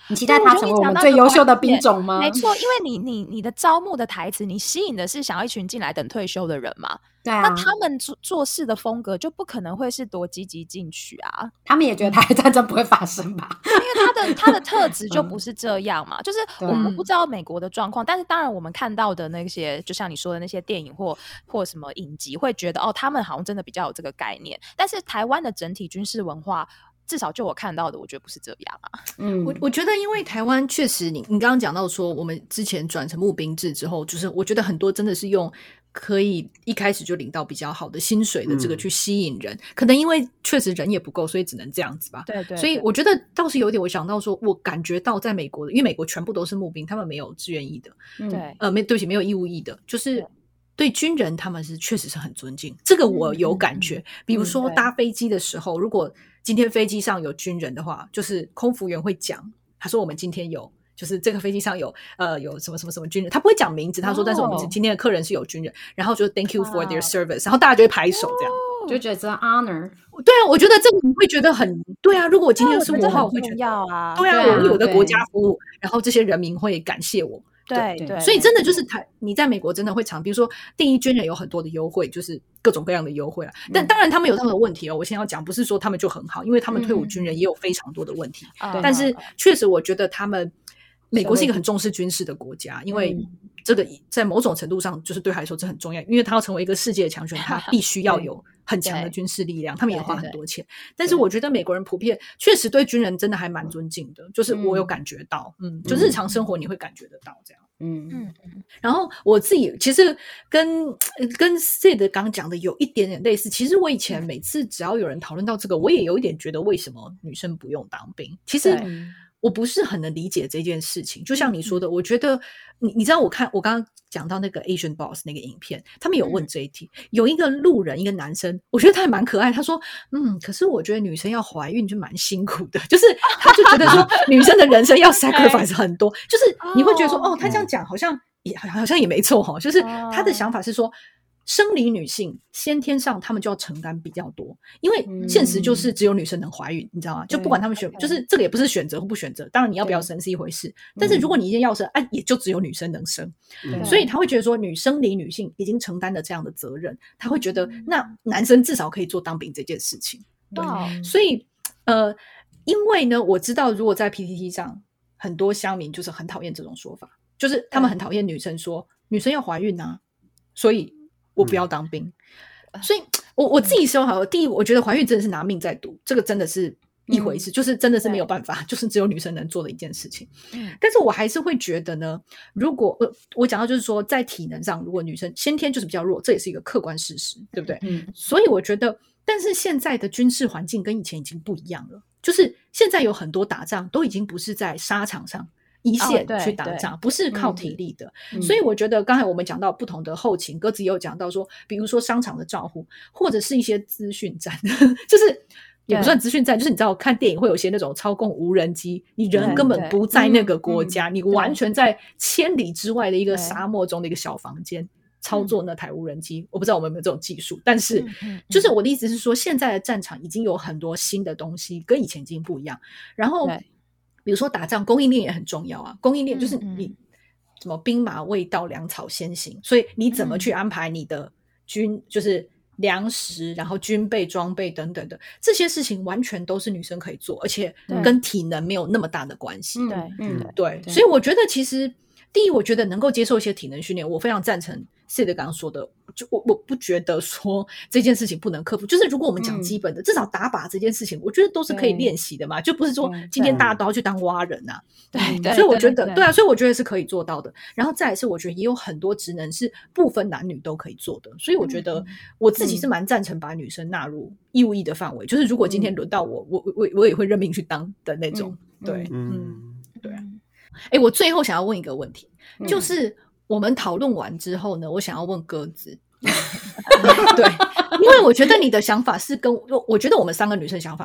你期待他成为我们最优秀的兵种吗？ 没错，因为你你你的招募的台词，你吸引的是想要一群进来等退休的人嘛。 对啊， 那他们做做事的风格就不可能会是多积极进取啊。 他们也觉得台海战争不会发生吧？ 因为他的他的特质就不是这样嘛。就是我对我不知道美国的状况，但是当然我们看到的那些，就像你说的那些电影或或什么影集，会觉得哦，他们好像真的比较有这个概念。但是台湾的整体军事文化，至少就我看到的，我觉得不是这样啊。 嗯， 我我觉得，因为台湾确实你，你刚刚讲到说，我们之前转成募兵制之后，就是我觉得很多真的是用可以一开始就领到比较好的薪水的这个去吸引人，嗯、可能因为确实人也不够，所以只能这样子吧。 对 对, 对。 所以我觉得倒是有点，我想到说，我感觉到在美国的，因为美国全部都是募兵，他们没有志愿役的， 对， 呃，没对不起，没有义务役的，就是对军人他们是确实是很尊敬，这个我有感觉。嗯、比如说搭飞机的时候，如果今天飞机上有军人的话，就是空服员会讲，他说我们今天有。就是这个飞机上有呃有什么什么什么军人，他不会讲名字，他说、oh. 但是我们今天的客人是有军人，然后就 thank you for their service，、oh. 然后大家就会拍手这样， oh. 就觉得是 honor。 对啊，我觉得这个你会觉得很对啊。如果我今天是我的话，我会觉得要啊， 对啊，我为我的国家服务，然后这些人民会感谢我。 对 对, 对， 所以真的就是台，你在美国真的会常，比如说第一军人有很多的优惠，就是各种各样的优惠啦。但当然他们有他们的问题哦。我先要讲，不是说他们就很好，因为他们退伍军人也有非常多的问题。嗯、但是确实，我觉得他们。美国是一个很重视军事的国家，因为这个在某种程度上就是对他来说这很重要，因为他要成为一个世界的强权，他必须要有很强的军事力量，他们也花很多钱。但是我觉得美国人普遍确实对军人真的还蛮尊敬的，就是我有感觉到，嗯，嗯就日常生活你会感觉得到这样。嗯嗯，然后我自己其实跟跟 Sid 刚讲的有一点点类似。其实我以前每次只要有人讨论到这个，我也有一点觉得为什么女生不用当兵？其实我不是很能理解这件事情。就像你说的，我觉得你你知道，我看我刚刚讲到那个 Asian Boss 那个影片，他们有问这一题，有一个路人，一个男生，我觉得他还蛮可爱。他说：“嗯，可是我觉得女生要怀孕就蛮辛苦的，就是他就觉得说女生的人生要 sacrifice 很多，就是你会觉得说，哦，他这样讲好像也好像也没错哈。就是他的想法是说。”生理女性先天上她们就要承担比较多，因为现实就是只有女生能怀孕，你知道吗？就不管她们选，就是这个也不是选择或不选择，当然你要不要生是一回事，但是如果你一定要生，啊，也就只有女生能生，所以他会觉得说，女生理女性已经承担了这样的责任，他会觉得那男生至少可以做当兵这件事情。对，所以呃，因为呢，我知道如果在 P T T 上，很多乡民就是很讨厌这种说法，就是他们很讨厌女生说女生要怀孕啊，所以。我不要当兵，嗯、所以我我自己说好了，第一，我觉得怀孕真的是拿命在赌，这个真的是一回事，嗯、就是真的是没有办法，就是只有女生能做的一件事情。嗯、但是我还是会觉得呢，如果呃我讲到就是说，在体能上，如果女生先天就是比较弱，这也是一个客观事实，对不对？嗯，所以我觉得，但是现在的军事环境跟以前已经不一样了，就是现在有很多打仗都已经不是在沙场上。一线去打仗、哦、不是靠体力的、嗯、所以我觉得刚才我们讲到不同的后勤，鸽子也有讲到说比如说商场的照护或者是一些资讯站就是也不算资讯站，就是你知道看电影会有些那种操控无人机，你人根本不在那个国家、嗯、你完全在千里之外的一个沙漠中的一个小房间操作那台无人机、嗯、我不知道我们有没有这种技术，但是就是我的意思是说现在的战场已经有很多新的东西跟以前已经不一样，然后比如说打仗供应链也很重要啊，供应链就是你、嗯、什么兵马未到粮草先行，所以你怎么去安排你的军、嗯、就是粮食然后军备装备等等的这些事情完全都是女生可以做，而且跟体能没有那么大的关系。对、嗯嗯、对，所以我觉得其实第一我觉得能够接受一些体能训练，我非常赞成 Sid 刚刚说的，就 我, 我不觉得说这件事情不能克服，就是如果我们讲基本的、嗯、至少打靶这件事情我觉得都是可以练习的嘛，就不是说今天大家都要去当蛙人啊，对、嗯、所以我觉得 对, 对啊，所以我觉得是可以做到的，然后再来是我觉得也有很多职能是不分男女都可以做的，所以我觉得我自己是蛮赞成把女生纳入义务役的范围、嗯、就是如果今天轮到我我我我也会认命去当的那种、嗯、对嗯对啊。哎，我最后想要问一个问题、嗯、就是我们讨论完之后呢，我想要问鸽子对，因为我觉得你的想法是跟我觉得我们三个女生想法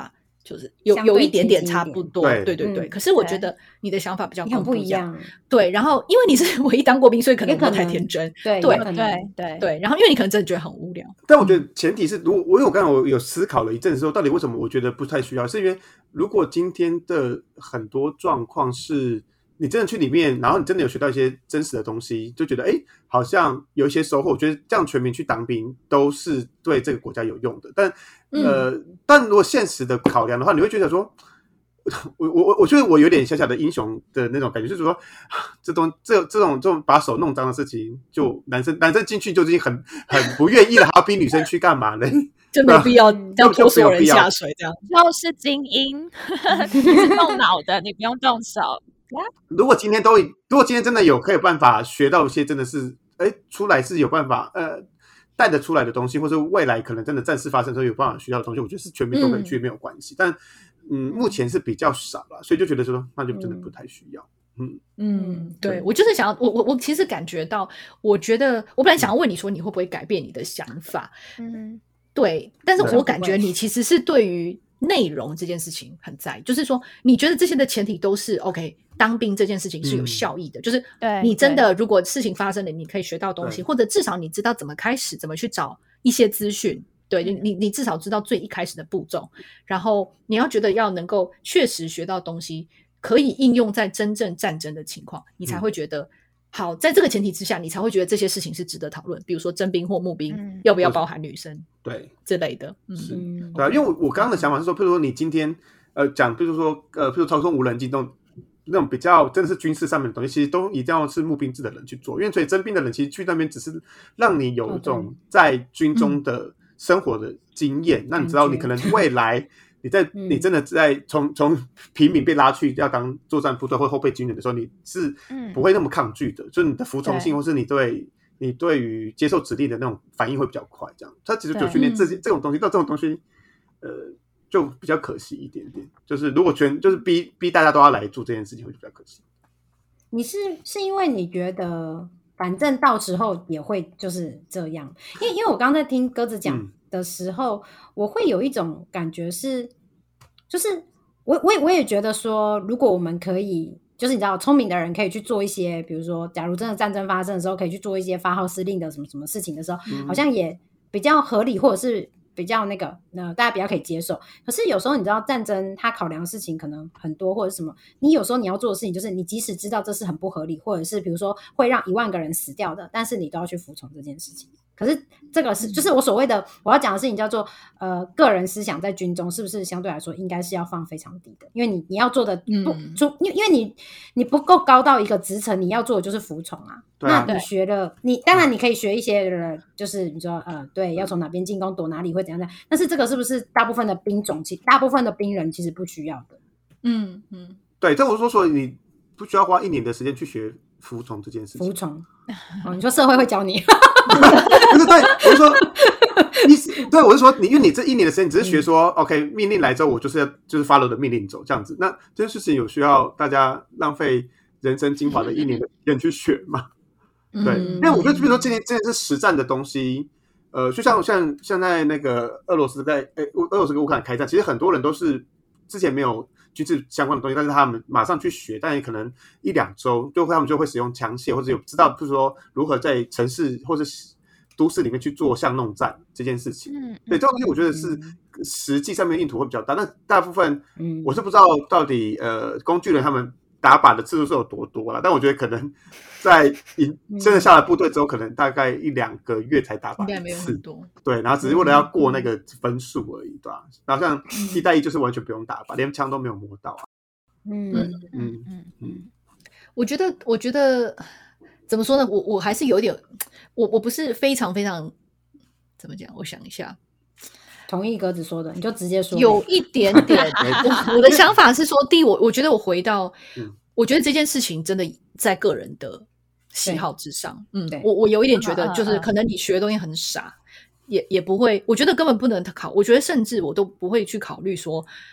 就是有有一点点差不多， 对对对对、 嗯。 可是我觉得你的想法比较很不一样， 一样。 对，然后因为你是唯一当过兵，所以可能不太天真， 对对对对对。然后因为你可能真的觉得很无聊， 但我觉得前提是，如果我有刚才我有思考了一阵子说，到底为什么我觉得不太需要，是因为如果今天的很多状况是你真的去里面，然后你真的有学到一些真实的东西，就觉得哎，好像有一些收获。我觉得这样全民去当兵都是对这个国家有用的。但呃，嗯、但如果现实的考量的话，你会觉得说，我我我觉得我有点小小的英雄的那种感觉，就是说，这种这这种这种把手弄脏的事情，就男生男生进去就已经很很不愿意了，还要逼女生去干嘛呢？ 就没有必要要拖所有人下水，这样就是精英，你是动脑的，你不用动手。 如果今天都如果今天真的有可以有办法学到一些真的是哎出来是有办法呃带得出来的东西，或者未来可能真的战事发生的时候有办法学到的东西，我觉得是全民都可以去没有关系。嗯、但嗯目前是比较少了，所以就觉得说那就真的不太需要。嗯嗯，对，我就是想要我我我其实感觉到，我觉得我本来想要问你说你会不会改变你的想法，嗯，对，但是我感觉你其实是对于内容这件事情很在意，就是说你觉得这些的前提都是 OK， 当兵这件事情是有效益的，嗯、就是你真的如果事情发生了，你可以学到东西，或者至少你知道怎么开始，怎么去找一些资讯。对，你你至少知道最一开始的步骤，然后你要觉得要能够确实学到东西，可以应用在真正战争的情况，你才会觉得、嗯、好，在这个前提之下，你才会觉得这些事情是值得讨论，比如说征兵或募兵、嗯、要不要包含女生， 对之类的。 嗯，是，对啊，因为我我刚刚的想法是说，譬如说你今天呃讲，比如说呃，譬如操纵无人机那种那种比较真的是军事上面的东西，其实都一定要是募兵制的人去做，因为所以征兵的人其实去那边只是让你有一种在军中的生活的经验，嗯、那你知道你可能未来。你在你真的在从从平民被拉去要当作战部队或后备军人的时候，你是不会那么抗拒的，嗯、就是你的服从性或是你对你对于接受指令的那种反应会比较快。这样，他其实就训练这些这种东西，到这种东西，呃，就比较可惜一点点。就是如果全就是逼逼大家都要来做这件事情，会比较可惜。 你是是因为你觉得反正到时候也会就是这样，因为因为我刚刚在听鸽子讲。嗯的时候，我会有一种感觉是，就是我我也我也觉得说，如果我们可以，就是你知道，聪明的人可以去做一些，比如说，假如真的战争发生的时候，可以去做一些发号施令的什么什么事情的时候，嗯、好像也比较合理，或者是比较那个，呃，大家比较可以接受。可是有时候你知道，战争它考量的事情可能很多，或者什么，你有时候你要做的事情就是，你即使知道这是很不合理，或者是比如说会让一万个人死掉的，但是你都要去服从这件事情。可是这个是就是我所谓的我要讲的事情叫做呃个人思想在军中是不是相对来说应该是要放非常低的，因为你你要做的不、嗯、因为因为你你不够高到一个职层，你要做的就是服从啊。那你学了你当然你可以学一些就是你说呃对要从哪边进攻躲哪里会怎样怎样，但是这个是不是大部分的兵种其大部分的兵人其实不需要的。 嗯嗯， 对，这我说说你不需要花一年的时间去学服从这件事情。 服从哦，你说社会会教你不是，对，我是说，你对我是说，你因为你这一年的时间，你只是学说、嗯、，OK， 命令来之后，我就是要就是 follow 的命令走这样子。那这件事情有需要大家浪费人生精华的一年的时间去学吗？对，嗯、因为我觉得，比如说今天这件是实战的东西，呃，就像像像在那个俄罗斯在诶俄罗斯跟乌克兰开战，其实很多人都是之前没有军事相关的东西，但是他们马上去学，但也可能一两周就他们就会使用枪械，或者有知道，比如说如何在城市或者都市里面去做巷弄战这件事情。嗯，对，这种东西我觉得是实际上面印图会比较大，但大部分我是不知道到底呃工具人他们打靶的次数是有多多啦，但我觉得可能在真的下了部队之后，可能大概一两个月才打靶一次，应该没有很多。对，然后只是为了要过那个分数而已，对吧？然后像替代役就是完全不用打靶，连枪都没有摸到啊。 嗯嗯嗯嗯，我觉得，我觉得怎么说呢？我我还是有点，我我不是非常非常怎么讲？我想一下。 同意鸽子说的，你就直接说。 有一点点，我, 我的想法是说，第一，我我觉得我回到，嗯、我觉得这件事情真的在个人的喜好之上。嗯，我我有一点觉得，就是可能你学的东西很傻，也也不会，我觉得根本不能考。我觉得甚至我都不会去考虑说，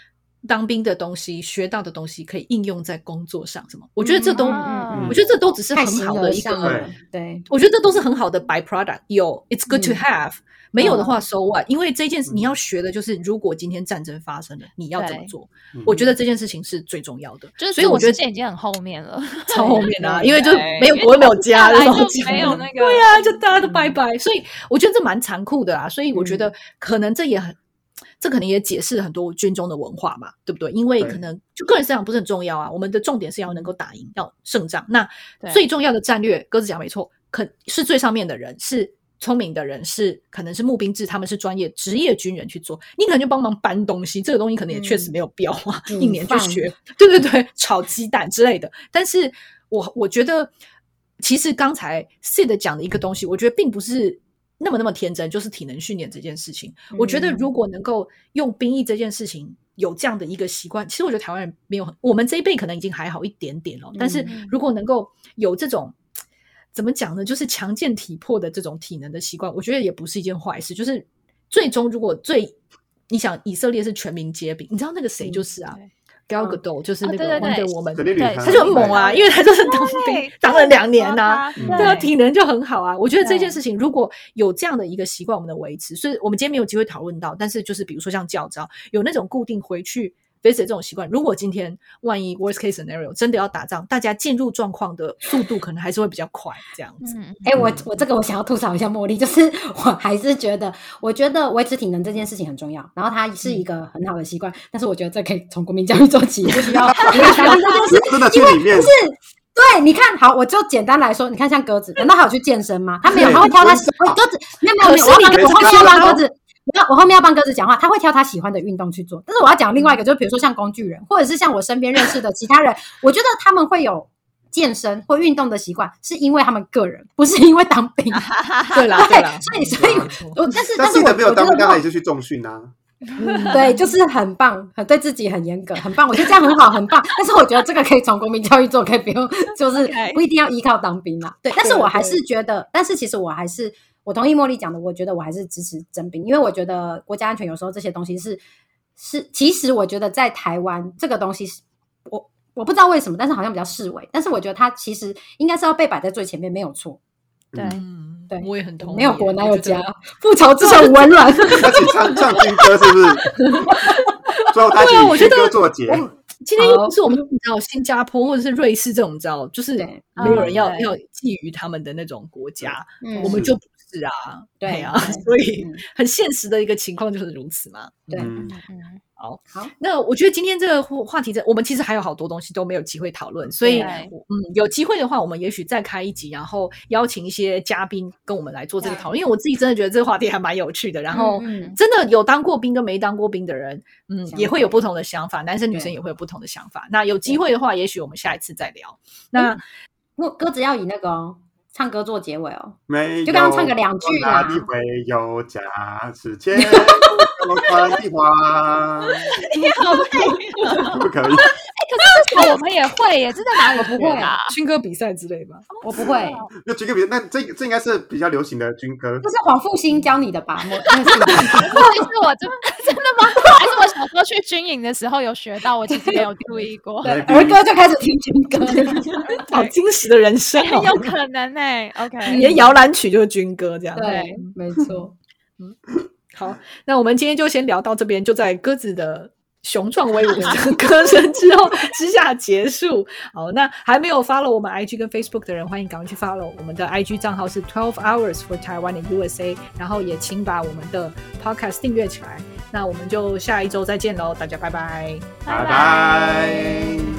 当兵的东西学到的东西可以应用在工作上什么，我觉得这都、 嗯、 我觉得这都只是很好的一个， 对，对我觉得这都是很好的 byproduct， 有 it's good to have、嗯、没有的话 so what， 因为这件事你要学的就是如果今天战争发生了你要怎么做，我觉得这件事情是最重要的， 就是所以我觉得这已经很后面了， 超后面啊，因为就没有国没有家就没有那个对啊，就大家都拜拜、嗯、所以我觉得这蛮残酷的啊，所以我觉得可能这也很这可能也解释了很多军中的文化嘛，对不对？因为可能就个人思想不是很重要啊，我们的重点是要能够打赢，要胜仗。那最重要的战略，鸽子讲没错，可是最上面的人是聪明的人，是可能是募兵制，他们是专业职业军人去做，你可能就帮忙搬东西，这个东西可能也确实没有必要花、嗯、一年去学，对对对，炒鸡蛋之类的。但是我我觉得，其实刚才 Sid 讲的一个东西，我觉得并不是那么那么天真，就是体能训练这件事情、嗯、我觉得如果能够用兵役这件事情有这样的一个习惯，其实我觉得台湾人没有，我们这一辈可能已经还好一点点了、哦嗯、但是如果能够有这种怎么讲呢，就是强健体魄的这种体能的习惯，我觉得也不是一件坏事，就是最终如果最你想以色列是全民皆兵，你知道那个谁就是啊、嗯Gal Gadot 就是那个 Wonder Woman，、 对对对， 他就很猛啊，因为他就是当兵当了两年啊，对啊，体能就很好啊。我觉得这件事情如果有这样的一个习惯，我们的维持，所以我们今天没有机会讨论到，但是就是比如说像教召有那种固定回去 visit 这种习惯，如果今天万一 worst case scenario 真的要打仗，大家进入状况的速度可能还是会比较快这样子。 哎、嗯欸，我我这个我想要吐槽一下茉莉，就是我还是觉得，我觉得维持体能这件事情很重要，然后它是一个很好的习惯、嗯，但是我觉得这可以从国民教育做起，不需要真的去里面是。对，你看好，我就简单来说，你看像鸽子，难道还有去健身吗？他没有，他会挑他喜欢鸽子，没有没有，我我后面要帮鸽子，我后面要帮鸽子讲话，他会挑他喜欢的运动去做。但是我要讲另外一个，就比如说像工具人，或者是像我身边认识的其他人，我觉得他们会有健身或运动的习惯，是因为他们个人，不是因为当兵。 对啦，对啦， 所以所以，我但是但是我没有当兵，他也是去重训啊。 嗯，对，就是很棒，很对自己很严格，很棒。我觉得这样很好，很棒。但是我觉得这个可以从国民教育做，可以不用，就是不一定要依靠当兵啦。对，但是我还是觉得，但是其实我还是，我同意茉莉讲的，我觉得我还是支持征兵，因为我觉得国家安全有时候这些东西是是，其实我觉得在台湾这个东西是，我我不知道为什么，但是好像比较视为，但是我觉得它其实应该是要被摆在最前面，没有错。 对。 嗯对，我也很同意。 没有国哪有家，覆巢之下无完卵。 而且唱唱军歌是不是？最后他以军歌作结。 今天又不是我们你知道新加坡或者是瑞士这种，你知道就是没有人要、嗯、要觊觎他们的那种国家，嗯、我们就不是啊，对啊，所以很现实的一个情况就是如此嘛。 对， 嗯好，好，那我觉得今天这个话题，我们其实还有好多东西都没有机会讨论，所以嗯，有机会的话，我们也许再开一集，然后邀请一些嘉宾跟我们来做这个讨论，因为我自己真的觉得这个话题还蛮有趣的。然后，真的有当过兵跟没当过兵的人，嗯，也会有不同的想法，男生女生也会有不同的想法。那有机会的话，也许我们下一次再聊。那鸽子要以那个哦。唱歌做结尾哦， 没有， 就刚刚唱个两句啦。 哪里会有家？是千朵传的花。 你好配， 不可以。 哎、欸，可是这首我们也会耶，这在哪里？我不会啊， 军歌比赛之类吧？ 我不会。 那军歌比赛，那这这应该是比较流行的军歌。 这是黄复兴教你的吧？ 那是我真真的吗？还是我小时候去军营的时候有学到？我其实没有注意过。 对，儿歌就开始听军歌， 好惊喜的人生哦， 很有可能呢、欸。OK， 连摇篮曲就是军歌这样。 对，没错。 嗯，好，那我们今天就先聊到这边，就在鸽子的雄壮威武的歌声之后之下结束。好，那还没有 follow 我们 I G 跟 Facebook 的人，欢迎赶快去 follow 我们的 I G 账号是 twelve hours for Taiwan and U S A， 然后也请把我们的 podcast 订阅起来。那我们就下一周再见喽，大家拜拜， 拜拜。